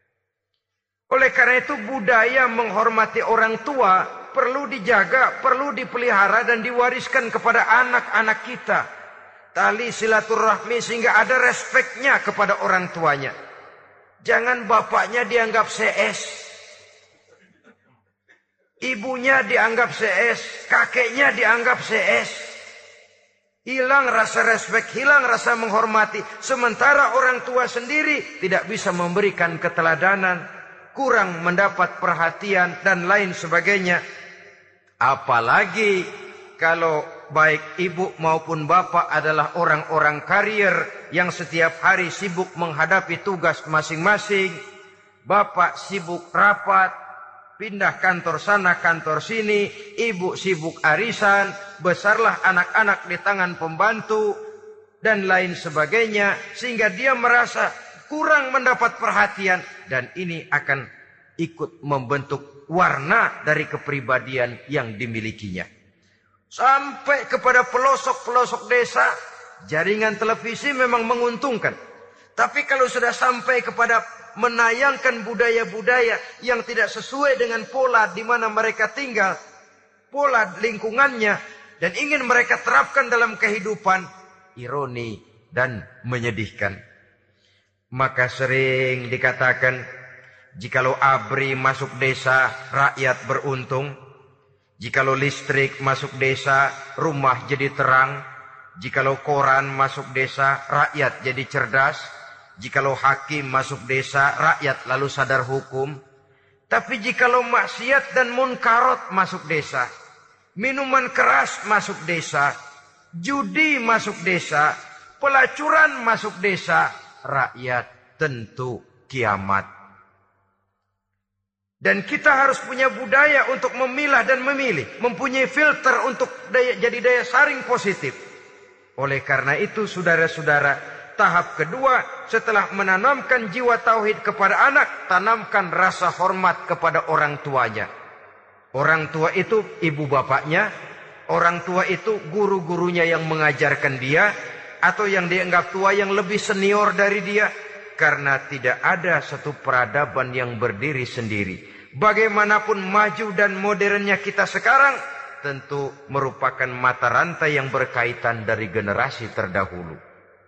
Oleh karena itu budaya menghormati orang tua perlu dijaga, perlu dipelihara dan diwariskan kepada anak-anak kita. Tali silaturahmi sehingga ada respeknya kepada orang tuanya. Jangan bapaknya dianggap CS, ibunya dianggap CS, kakeknya dianggap CS. Hilang rasa respek, hilang rasa menghormati. Sementara orang tua sendiri tidak bisa memberikan keteladanan, kurang mendapat perhatian dan lain sebagainya. Apalagi kalau baik ibu maupun bapak adalah orang-orang karier yang setiap hari sibuk menghadapi tugas masing-masing. Bapak sibuk rapat, pindah kantor sana kantor sini, ibu sibuk arisan, besarlah anak-anak di tangan pembantu dan lain sebagainya, sehingga dia merasa kurang mendapat perhatian, dan ini akan ikut membentuk warna dari kepribadian yang dimilikinya. Sampai kepada pelosok-pelosok desa, jaringan televisi memang menguntungkan. Tapi kalau sudah sampai kepada menayangkan budaya-budaya yang tidak sesuai dengan pola di mana mereka tinggal, pola lingkungannya, dan ingin mereka terapkan dalam kehidupan, ironi dan menyedihkan. Maka sering dikatakan, jikalau ABRI masuk desa, rakyat beruntung. Jikalau listrik masuk desa, rumah jadi terang. Jikalau koran masuk desa, rakyat jadi cerdas. Jikalau hakim masuk desa, rakyat lalu sadar hukum. Tapi jikalau maksiat dan munkarot masuk desa, minuman keras masuk desa, judi masuk desa, pelacuran masuk desa, rakyat tentu kiamat. Dan kita harus punya budaya untuk memilah dan memilih, mempunyai filter untuk jadi daya saring positif. Oleh karena itu, saudara-saudara, tahap kedua setelah menanamkan jiwa tauhid kepada anak, tanamkan rasa hormat kepada orang tuanya. Orang tua itu ibu bapaknya, orang tua itu guru-gurunya yang mengajarkan dia, atau yang dianggap tua yang lebih senior dari dia. Karena tidak ada satu peradaban yang berdiri sendiri. Bagaimanapun maju dan modernnya kita sekarang, tentu merupakan mata rantai yang berkaitan dari generasi terdahulu.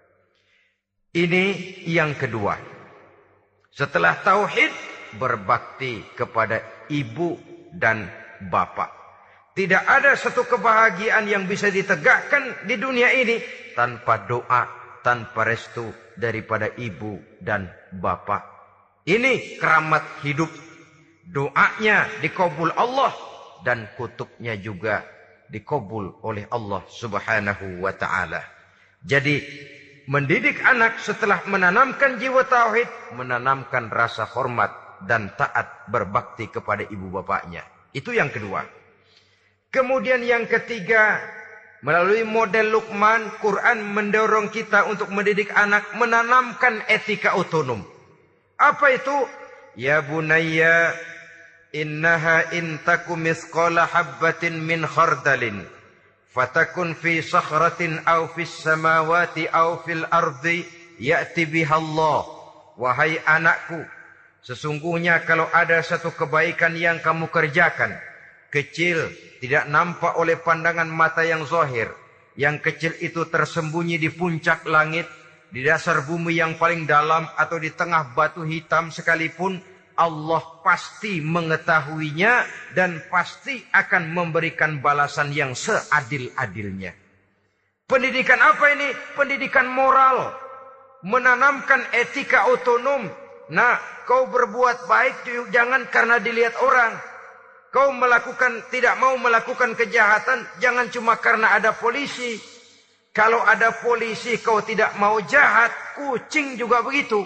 Ini yang kedua. Setelah tauhid, berbakti kepada ibu dan bapak. Tidak ada satu kebahagiaan yang bisa ditegakkan di dunia ini tanpa doa, tanpa restu daripada ibu dan bapak. Ini keramat hidup. Doanya dikabul Allah dan kutubnya juga dikabul oleh Allah Subhanahu wa ta'ala. Jadi mendidik anak setelah menanamkan jiwa tauhid, menanamkan rasa hormat dan taat berbakti kepada ibu bapaknya. Itu yang kedua. Kemudian yang ketiga, melalui model Luqman, Quran mendorong kita untuk mendidik anak, menanamkan etika otonom. Apa itu? Ya bunayya, innaha intaku misqala habbatin min khardalin, fatakun fi sakhratin aw fis samawati aw fil ardi, ya'ti bihallah. Wahai anakku, sesungguhnya kalau ada satu kebaikan yang kamu kerjakan, kecil, tidak nampak oleh pandangan mata yang zahir. Yang kecil itu tersembunyi di puncak langit, di dasar bumi yang paling dalam, atau di tengah batu hitam sekalipun, Allah pasti mengetahuinya dan pasti akan memberikan balasan yang seadil-adilnya. Pendidikan apa ini? Pendidikan moral. Menanamkan etika otonom. Nah, kau berbuat baik jangan karena dilihat orang. Kau tidak mau melakukan kejahatan jangan cuma karena ada polisi. Kalau ada polisi kau tidak mau jahat, kucing juga begitu.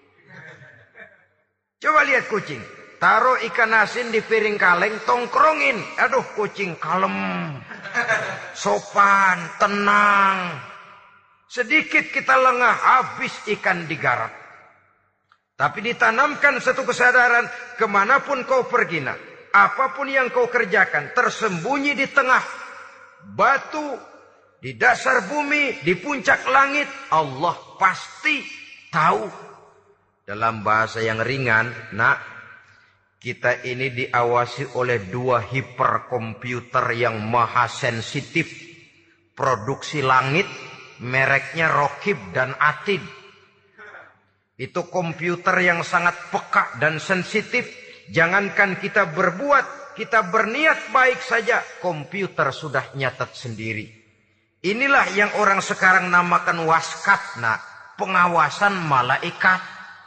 Coba lihat kucing. Taruh ikan asin di piring kaleng, tongkrongin. Aduh, kucing kalem, sopan, tenang. Sedikit kita lengah, habis ikan digarap. Tapi ditanamkan satu kesadaran, kemanapun kau pergi, nak, apapun yang kau kerjakan, tersembunyi di tengah batu, di dasar bumi, di puncak langit, Allah pasti tahu. Dalam bahasa yang ringan, nak, Kita ini diawasi oleh 2 hiperkomputer yang maha sensitif. Produksi langit, mereknya Rokib dan Atid. Itu komputer yang sangat peka dan sensitif. Jangankan kita berbuat, kita berniat baik saja, komputer sudah nyatat sendiri. Inilah yang orang sekarang namakan waskat, pengawasan malaikat.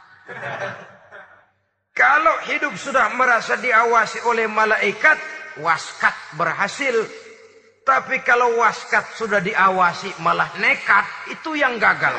Kalau hidup sudah merasa diawasi oleh malaikat, waskat berhasil. Tapi kalau waskat sudah diawasi malah nekat, itu yang gagal.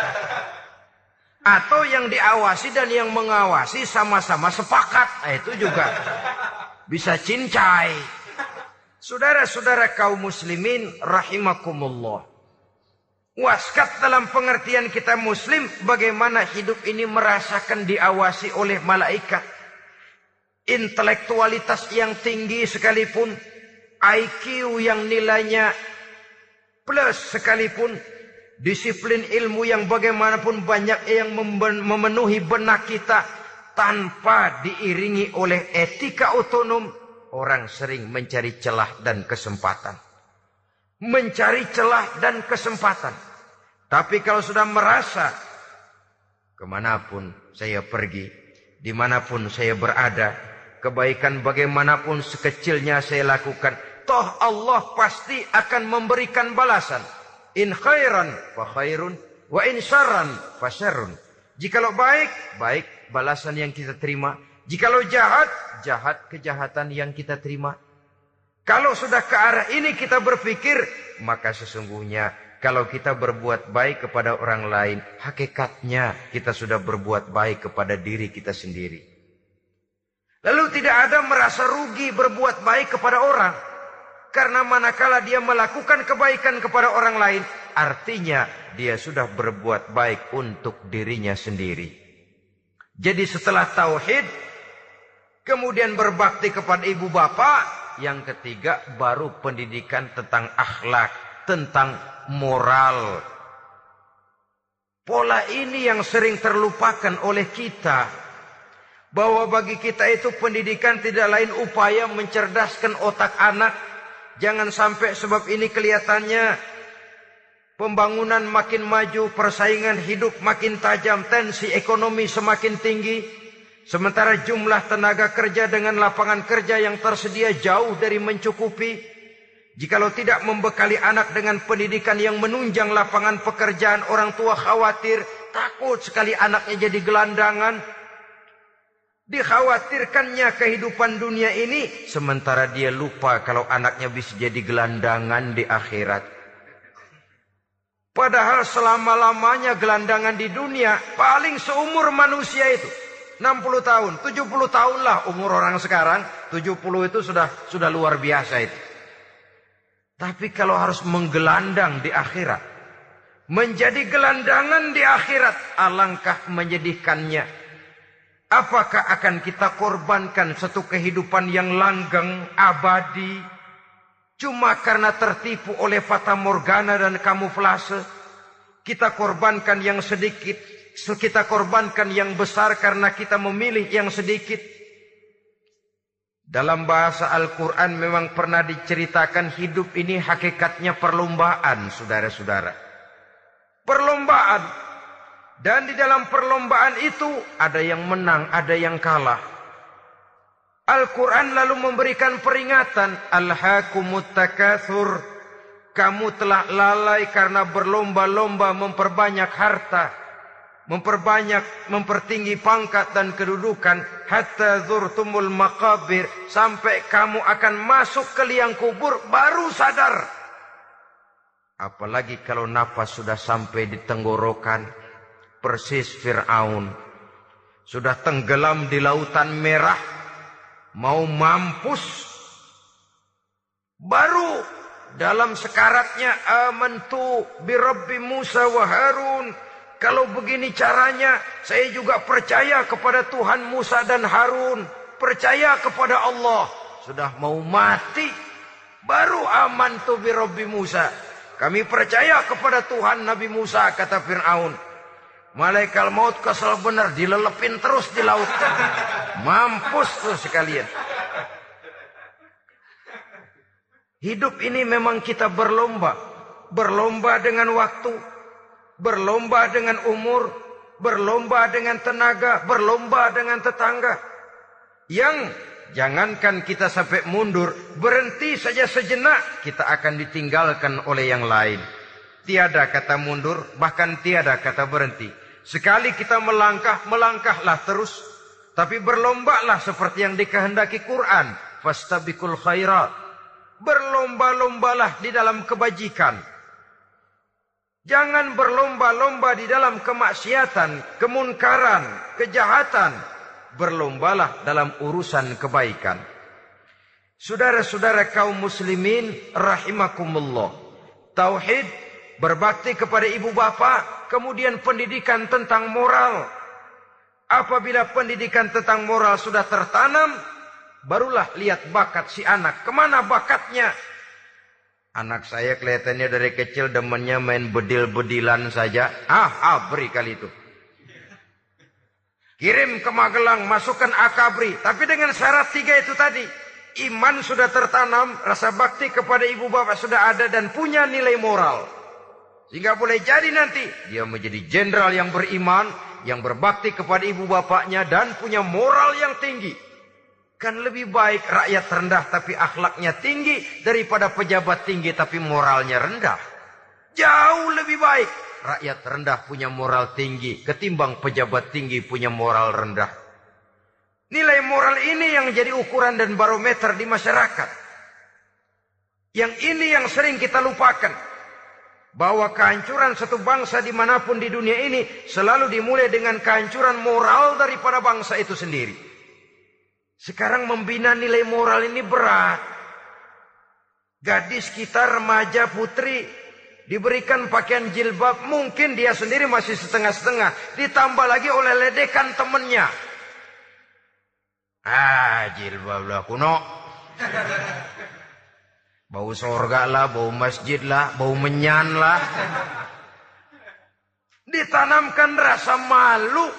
Atau yang diawasi dan yang mengawasi sama-sama sepakat, itu juga bisa cincai. Saudara-saudara kaum muslimin rahimakumullah. Waskat dalam pengertian kita muslim, bagaimana hidup ini merasakan diawasi oleh malaikat. Intelektualitas yang tinggi sekalipun, IQ yang nilainya plus sekalipun, disiplin ilmu yang bagaimanapun banyak yang memenuhi benak kita, tanpa diiringi oleh etika otonom, orang sering mencari celah dan kesempatan. Mencari celah dan kesempatan. Tapi kalau sudah merasa, kemanapun saya pergi, dimanapun saya berada, kebaikan bagaimanapun sekecilnya saya lakukan, toh Allah pasti akan memberikan balasan. In khairan fa khairun, wa in syarran fa syarrun. Jikalau baik, baik balasan yang kita terima. Jikalau jahat, jahat kejahatan yang kita terima. Kalau sudah ke arah ini kita berpikir, maka sesungguhnya kalau kita berbuat baik kepada orang lain, hakikatnya kita sudah berbuat baik kepada diri kita sendiri. Lalu tidak ada merasa rugi berbuat baik kepada orang. Karena manakala dia melakukan kebaikan kepada orang lain, artinya dia sudah berbuat baik untuk dirinya sendiri. Jadi setelah tauhid, kemudian berbakti kepada ibu bapak, yang ketiga baru pendidikan tentang akhlak, tentang moral. Pola ini yang sering terlupakan oleh kita. Bahwa bagi kita itu pendidikan tidak lain upaya mencerdaskan otak anak. Jangan sampai sebab ini kelihatannya pembangunan makin maju, persaingan hidup makin tajam, tensi ekonomi semakin tinggi. Sementara jumlah tenaga kerja dengan lapangan kerja yang tersedia jauh dari mencukupi. Jikalau tidak membekali anak dengan pendidikan yang menunjang lapangan pekerjaan, orang tua khawatir, takut sekali anaknya jadi gelandangan. Dikhawatirkannya kehidupan dunia ini, sementara dia lupa kalau anaknya bisa jadi gelandangan di akhirat. Padahal selama-lamanya gelandangan di dunia, paling seumur manusia itu 60 tahun, 70 tahun lah umur orang sekarang. 70 itu sudah luar biasa itu. Tapi kalau harus menggelandang di akhirat, menjadi gelandangan di akhirat, alangkah menyedihkannya. Apakah akan kita korbankan satu kehidupan yang langgeng, abadi, cuma karena tertipu oleh fata morgana dan kamuflase? Kita korbankan yang sedikit, kita korbankan yang besar karena kita memilih yang sedikit. Dalam bahasa Al-Quran memang pernah diceritakan hidup ini hakikatnya perlombaan, saudara-saudara. Perlombaan. Dan di dalam perlombaan itu ada yang menang, ada yang kalah. Al-Quran lalu memberikan peringatan. Alhaakumut takatsur. Kamu telah lalai karena berlomba-lomba memperbanyak harta. Mempertinggi pangkat dan kedudukan, hatta zurtumul maqabir, sampai kamu akan masuk ke liang kubur baru sadar. Apalagi kalau nafas sudah sampai di tenggorokan, persis Fir'aun sudah tenggelam di lautan merah, mau mampus, baru dalam sekaratnya amantu bi Rabbi Musa wa Harun. Kalau begini caranya, saya juga percaya kepada Tuhan Musa dan Harun. Percaya kepada Allah. Sudah mau mati, baru amantu bi Rabbi Musa. Kami percaya kepada Tuhan Nabi Musa, kata Fir'aun. Malaikat maut kesel benar, dilelepin terus di laut. Mampus tuh sekalian. Hidup ini memang kita berlomba. Berlomba dengan waktu. Berlomba dengan umur. Berlomba dengan tenaga. Berlomba dengan tetangga. Yang jangankan kita sampai mundur. Berhenti saja sejenak. Kita akan ditinggalkan oleh yang lain. Tiada kata mundur. Bahkan tiada kata berhenti. Sekali kita melangkah, melangkahlah terus. Tapi berlombalah seperti yang dikehendaki Quran. Fastabiqul khairat. Berlomba-lombalah di dalam kebajikan. Jangan berlomba-lomba di dalam kemaksiatan, kemunkaran, kejahatan. Berlombalah dalam urusan kebaikan. Saudara-saudara kaum muslimin rahimakumullah. Tauhid, berbakti kepada ibu bapa, kemudian pendidikan tentang moral. Apabila pendidikan tentang moral sudah tertanam, barulah lihat bakat si anak. Kemana bakatnya? Anak saya kelihatannya dari kecil demennya main bedil-bedilan saja. Abri kali itu. Kirim ke Magelang, masukkan akabri. Tapi dengan syarat 3 itu tadi. Iman sudah tertanam, rasa bakti kepada ibu bapak sudah ada dan punya nilai moral. Sehingga boleh jadi nanti dia menjadi jenderal yang beriman, yang berbakti kepada ibu bapaknya dan punya moral yang tinggi. Kan lebih baik rakyat rendah tapi akhlaknya tinggi daripada pejabat tinggi tapi moralnya rendah. Jauh lebih baik rakyat rendah punya moral tinggi ketimbang pejabat tinggi punya moral rendah. Nilai moral ini yang jadi ukuran dan barometer di masyarakat. Yang ini yang sering kita lupakan. Bahwa kehancuran satu bangsa dimanapun di dunia ini selalu dimulai dengan kehancuran moral daripada bangsa itu sendiri. Sekarang membina nilai moral ini berat. Gadis kita, remaja, putri diberikan pakaian jilbab. Mungkin dia sendiri masih setengah-setengah. Ditambah lagi oleh ledekan temennya. Jilbab lah kuno. Bau sorga lah, bau masjid lah, bau menyan lah. Ditanamkan rasa malu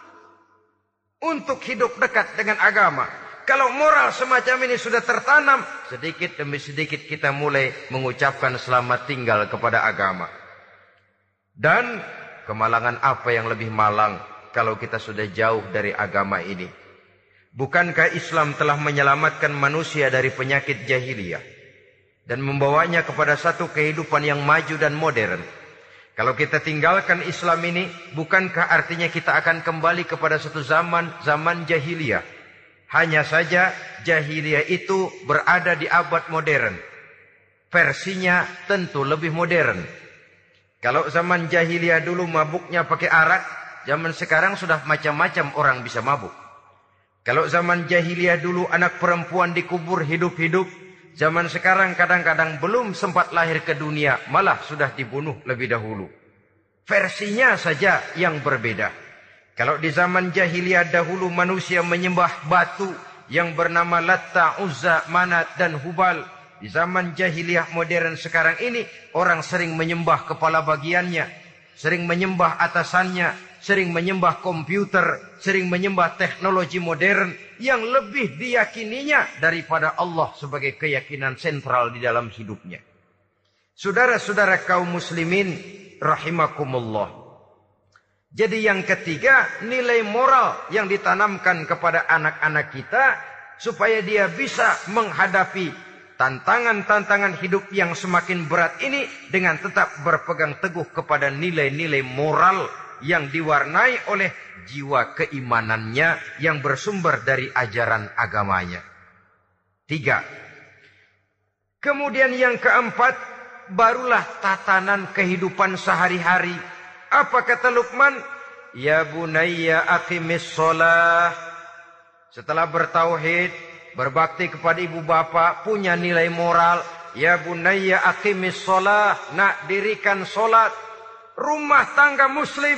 untuk hidup dekat dengan agama. Kalau moral semacam ini sudah tertanam, sedikit demi sedikit kita mulai mengucapkan selamat tinggal kepada agama. Dan kemalangan apa yang lebih malang kalau kita sudah jauh dari agama ini? Bukankah Islam telah menyelamatkan manusia dari penyakit jahiliyah dan membawanya kepada satu kehidupan yang maju dan modern? Kalau kita tinggalkan Islam ini, bukankah artinya kita akan kembali kepada satu zaman jahiliyah? Hanya saja jahiliyah itu berada di abad modern. Versinya tentu lebih modern. Kalau zaman jahiliyah dulu mabuknya pakai arak, zaman sekarang sudah macam-macam orang bisa mabuk. Kalau zaman jahiliyah dulu anak perempuan dikubur hidup-hidup, zaman sekarang kadang-kadang belum sempat lahir ke dunia, malah sudah dibunuh lebih dahulu. Versinya saja yang berbeda. Kalau di zaman jahiliyah dahulu manusia menyembah batu yang bernama Latta, Uzza, Manat dan Hubal. Di zaman jahiliyah modern sekarang ini orang sering menyembah kepala bagiannya, sering menyembah atasannya, sering menyembah komputer, sering menyembah teknologi modern yang lebih diyakininya daripada Allah sebagai keyakinan sentral di dalam hidupnya. Saudara-saudara kaum muslimin rahimakumullah. Jadi yang ketiga, nilai moral yang ditanamkan kepada anak-anak kita supaya dia bisa menghadapi tantangan-tantangan hidup yang semakin berat ini dengan tetap berpegang teguh kepada nilai-nilai moral yang diwarnai oleh jiwa keimanannya yang bersumber dari ajaran agamanya. 3. Kemudian yang keempat, barulah tatanan kehidupan sehari-hari. Apa kata Luqman? Ya bunayya aqimis shalah. Setelah bertauhid, berbakti kepada ibu bapa, punya nilai moral. Ya bunayya aqimis shalah. Nak, dirikan solat. Rumah tangga muslim.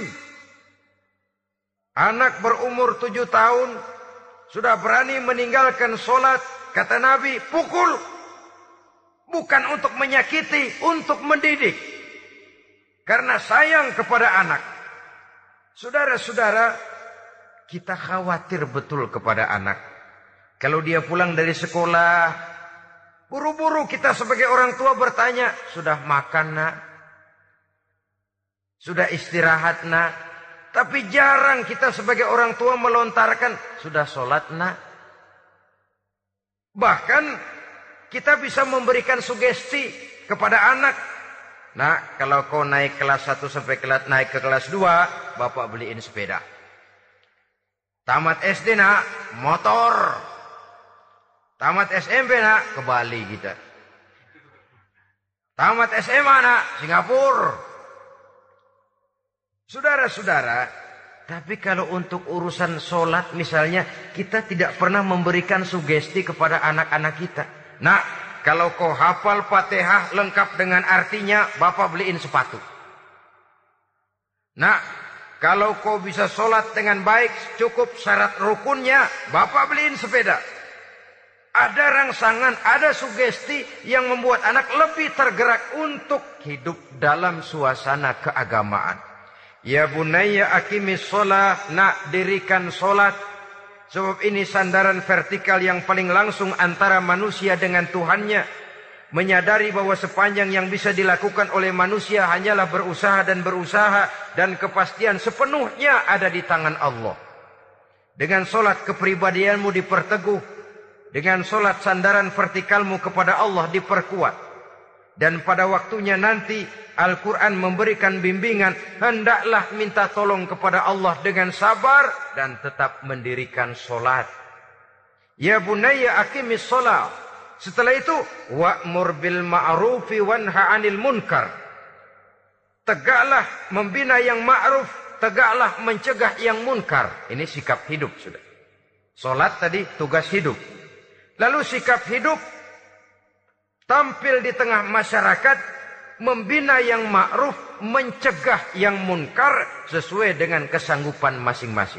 Anak berumur 7 tahun sudah berani meninggalkan solat. Kata Nabi, pukul. Bukan untuk menyakiti, untuk mendidik. Karena sayang kepada anak. Saudara-saudara, kita khawatir betul kepada anak. Kalau dia pulang dari sekolah, buru-buru kita sebagai orang tua bertanya, sudah makan nak? Sudah istirahat nak? Tapi jarang kita sebagai orang tua melontarkan, sudah sholat nak? Bahkan kita bisa memberikan sugesti kepada anak. Nak, kalau kau naik kelas 1 sampai naik ke kelas 2, bapak beliin sepeda. Tamat SD nak, motor. Tamat SMP nak, ke Bali kita. Tamat SMA nak, Singapura. Saudara-saudara, tapi kalau untuk urusan sholat misalnya, kita tidak pernah memberikan sugesti kepada anak-anak kita. Nak, kalau kau hafal Fatihah lengkap dengan artinya, bapak beliin sepatu. Nak, kalau kau bisa sholat dengan baik, cukup syarat rukunnya, bapak beliin sepeda. Ada rangsangan, ada sugesti yang membuat anak lebih tergerak untuk hidup dalam suasana keagamaan. Ya bunayya aqimis sholat, nak dirikan sholat. Sebab ini sandaran vertikal yang paling langsung antara manusia dengan Tuhannya. Menyadari bahwa sepanjang yang bisa dilakukan oleh manusia hanyalah berusaha dan berusaha. Dan kepastian sepenuhnya ada di tangan Allah. Dengan sholat kepribadianmu diperteguh. Dengan sholat sandaran vertikalmu kepada Allah diperkuat. Dan pada waktunya nanti Al-Quran memberikan bimbingan. Hendaklah minta tolong kepada Allah dengan sabar. Dan tetap mendirikan sholat. Ya bunayya aqimis sholat. Setelah itu. Wa'mur bil ma'rufi wanha 'anil munkar. Tegaklah membina yang ma'ruf. Tegaklah mencegah yang munkar. Ini sikap hidup sudah. Sholat tadi tugas hidup. Lalu sikap hidup. Tampil di tengah masyarakat, membina yang ma'ruf, mencegah yang munkar sesuai dengan kesanggupan masing-masing.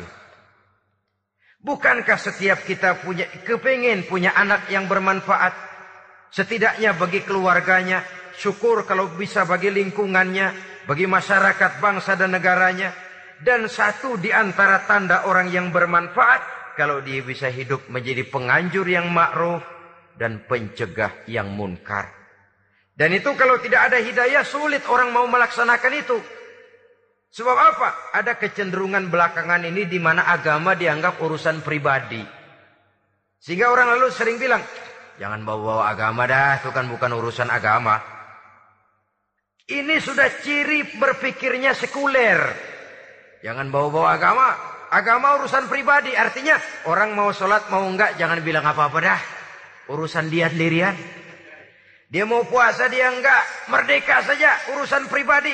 Bukankah setiap kita kepingin punya anak yang bermanfaat? Setidaknya bagi keluarganya, syukur kalau bisa bagi lingkungannya, bagi masyarakat, bangsa dan negaranya. Dan satu di antara tanda orang yang bermanfaat, kalau dia bisa hidup menjadi penganjur yang ma'ruf, dan pencegah yang munkar. Dan itu kalau tidak ada hidayah, sulit orang mau melaksanakan itu. Sebab apa? Ada kecenderungan belakangan ini di mana agama dianggap urusan pribadi. Sehingga orang lalu sering bilang, jangan bawa-bawa agama dah, itu kan bukan urusan agama. Ini sudah ciri berpikirnya sekuler. Jangan bawa-bawa agama. Agama urusan pribadi. Artinya orang mau sholat mau enggak, jangan bilang apa-apa dah. Urusan dia sendirian. Dia mau puasa dia enggak. Merdeka saja. Urusan pribadi.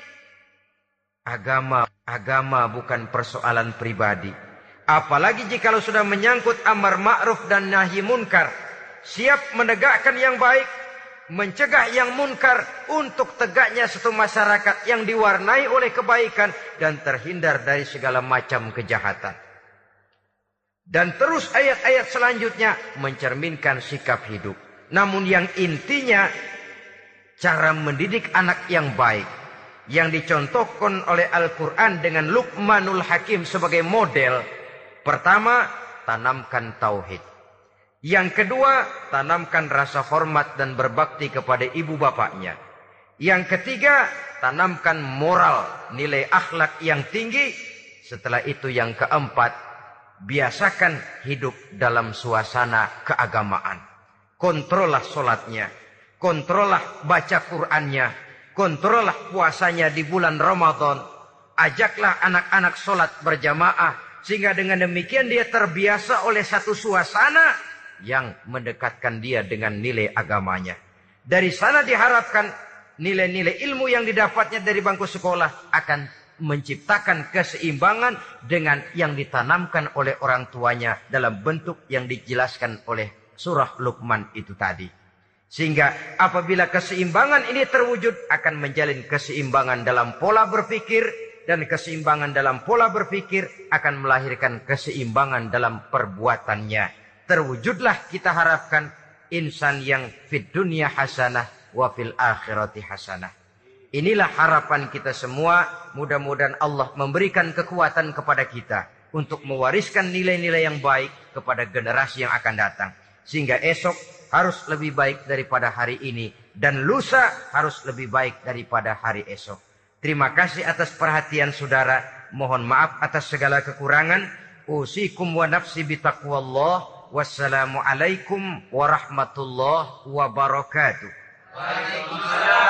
Agama bukan persoalan pribadi. Apalagi jika sudah menyangkut amar ma'ruf dan nahi munkar. Siap menegakkan yang baik. Mencegah yang munkar. Untuk tegaknya satu masyarakat yang diwarnai oleh kebaikan. Dan terhindar dari segala macam kejahatan. Dan terus ayat-ayat selanjutnya mencerminkan sikap hidup. Namun yang intinya cara mendidik anak yang baik. Yang dicontohkan oleh Al-Quran dengan Luqmanul Hakim sebagai model. Pertama, tanamkan tauhid. Yang kedua, tanamkan rasa hormat dan berbakti kepada ibu bapaknya. Yang ketiga, tanamkan moral, nilai akhlak yang tinggi. Setelah itu yang keempat, biasakan hidup dalam suasana keagamaan. Kontrollah sholatnya. Kontrollah baca Qur'annya. Kontrollah puasanya di bulan Ramadan. Ajaklah anak-anak sholat berjamaah. Sehingga dengan demikian dia terbiasa oleh satu suasana yang mendekatkan dia dengan nilai agamanya. Dari sana diharapkan nilai-nilai ilmu yang didapatnya dari bangku sekolah akan menciptakan keseimbangan dengan yang ditanamkan oleh orang tuanya dalam bentuk yang dijelaskan oleh surah Luqman itu tadi. Sehingga apabila keseimbangan ini terwujud akan menjalin keseimbangan dalam pola berpikir. Dan keseimbangan dalam pola berpikir akan melahirkan keseimbangan dalam perbuatannya. Terwujudlah kita harapkan insan yang fid dunya hasanah wa fil akhirati hasanah. Inilah harapan kita semua. Mudah-mudahan Allah memberikan kekuatan kepada kita. untuk mewariskan nilai-nilai yang baik kepada generasi yang akan datang. Sehingga esok harus lebih baik daripada hari ini. Dan lusa harus lebih baik daripada hari esok. Terima kasih atas perhatian saudara. Mohon maaf atas segala kekurangan. Usikum wa nafsi bitaqwallah. Wassalamualaikum warahmatullahi wabarakatuh. Waalaikumsalam.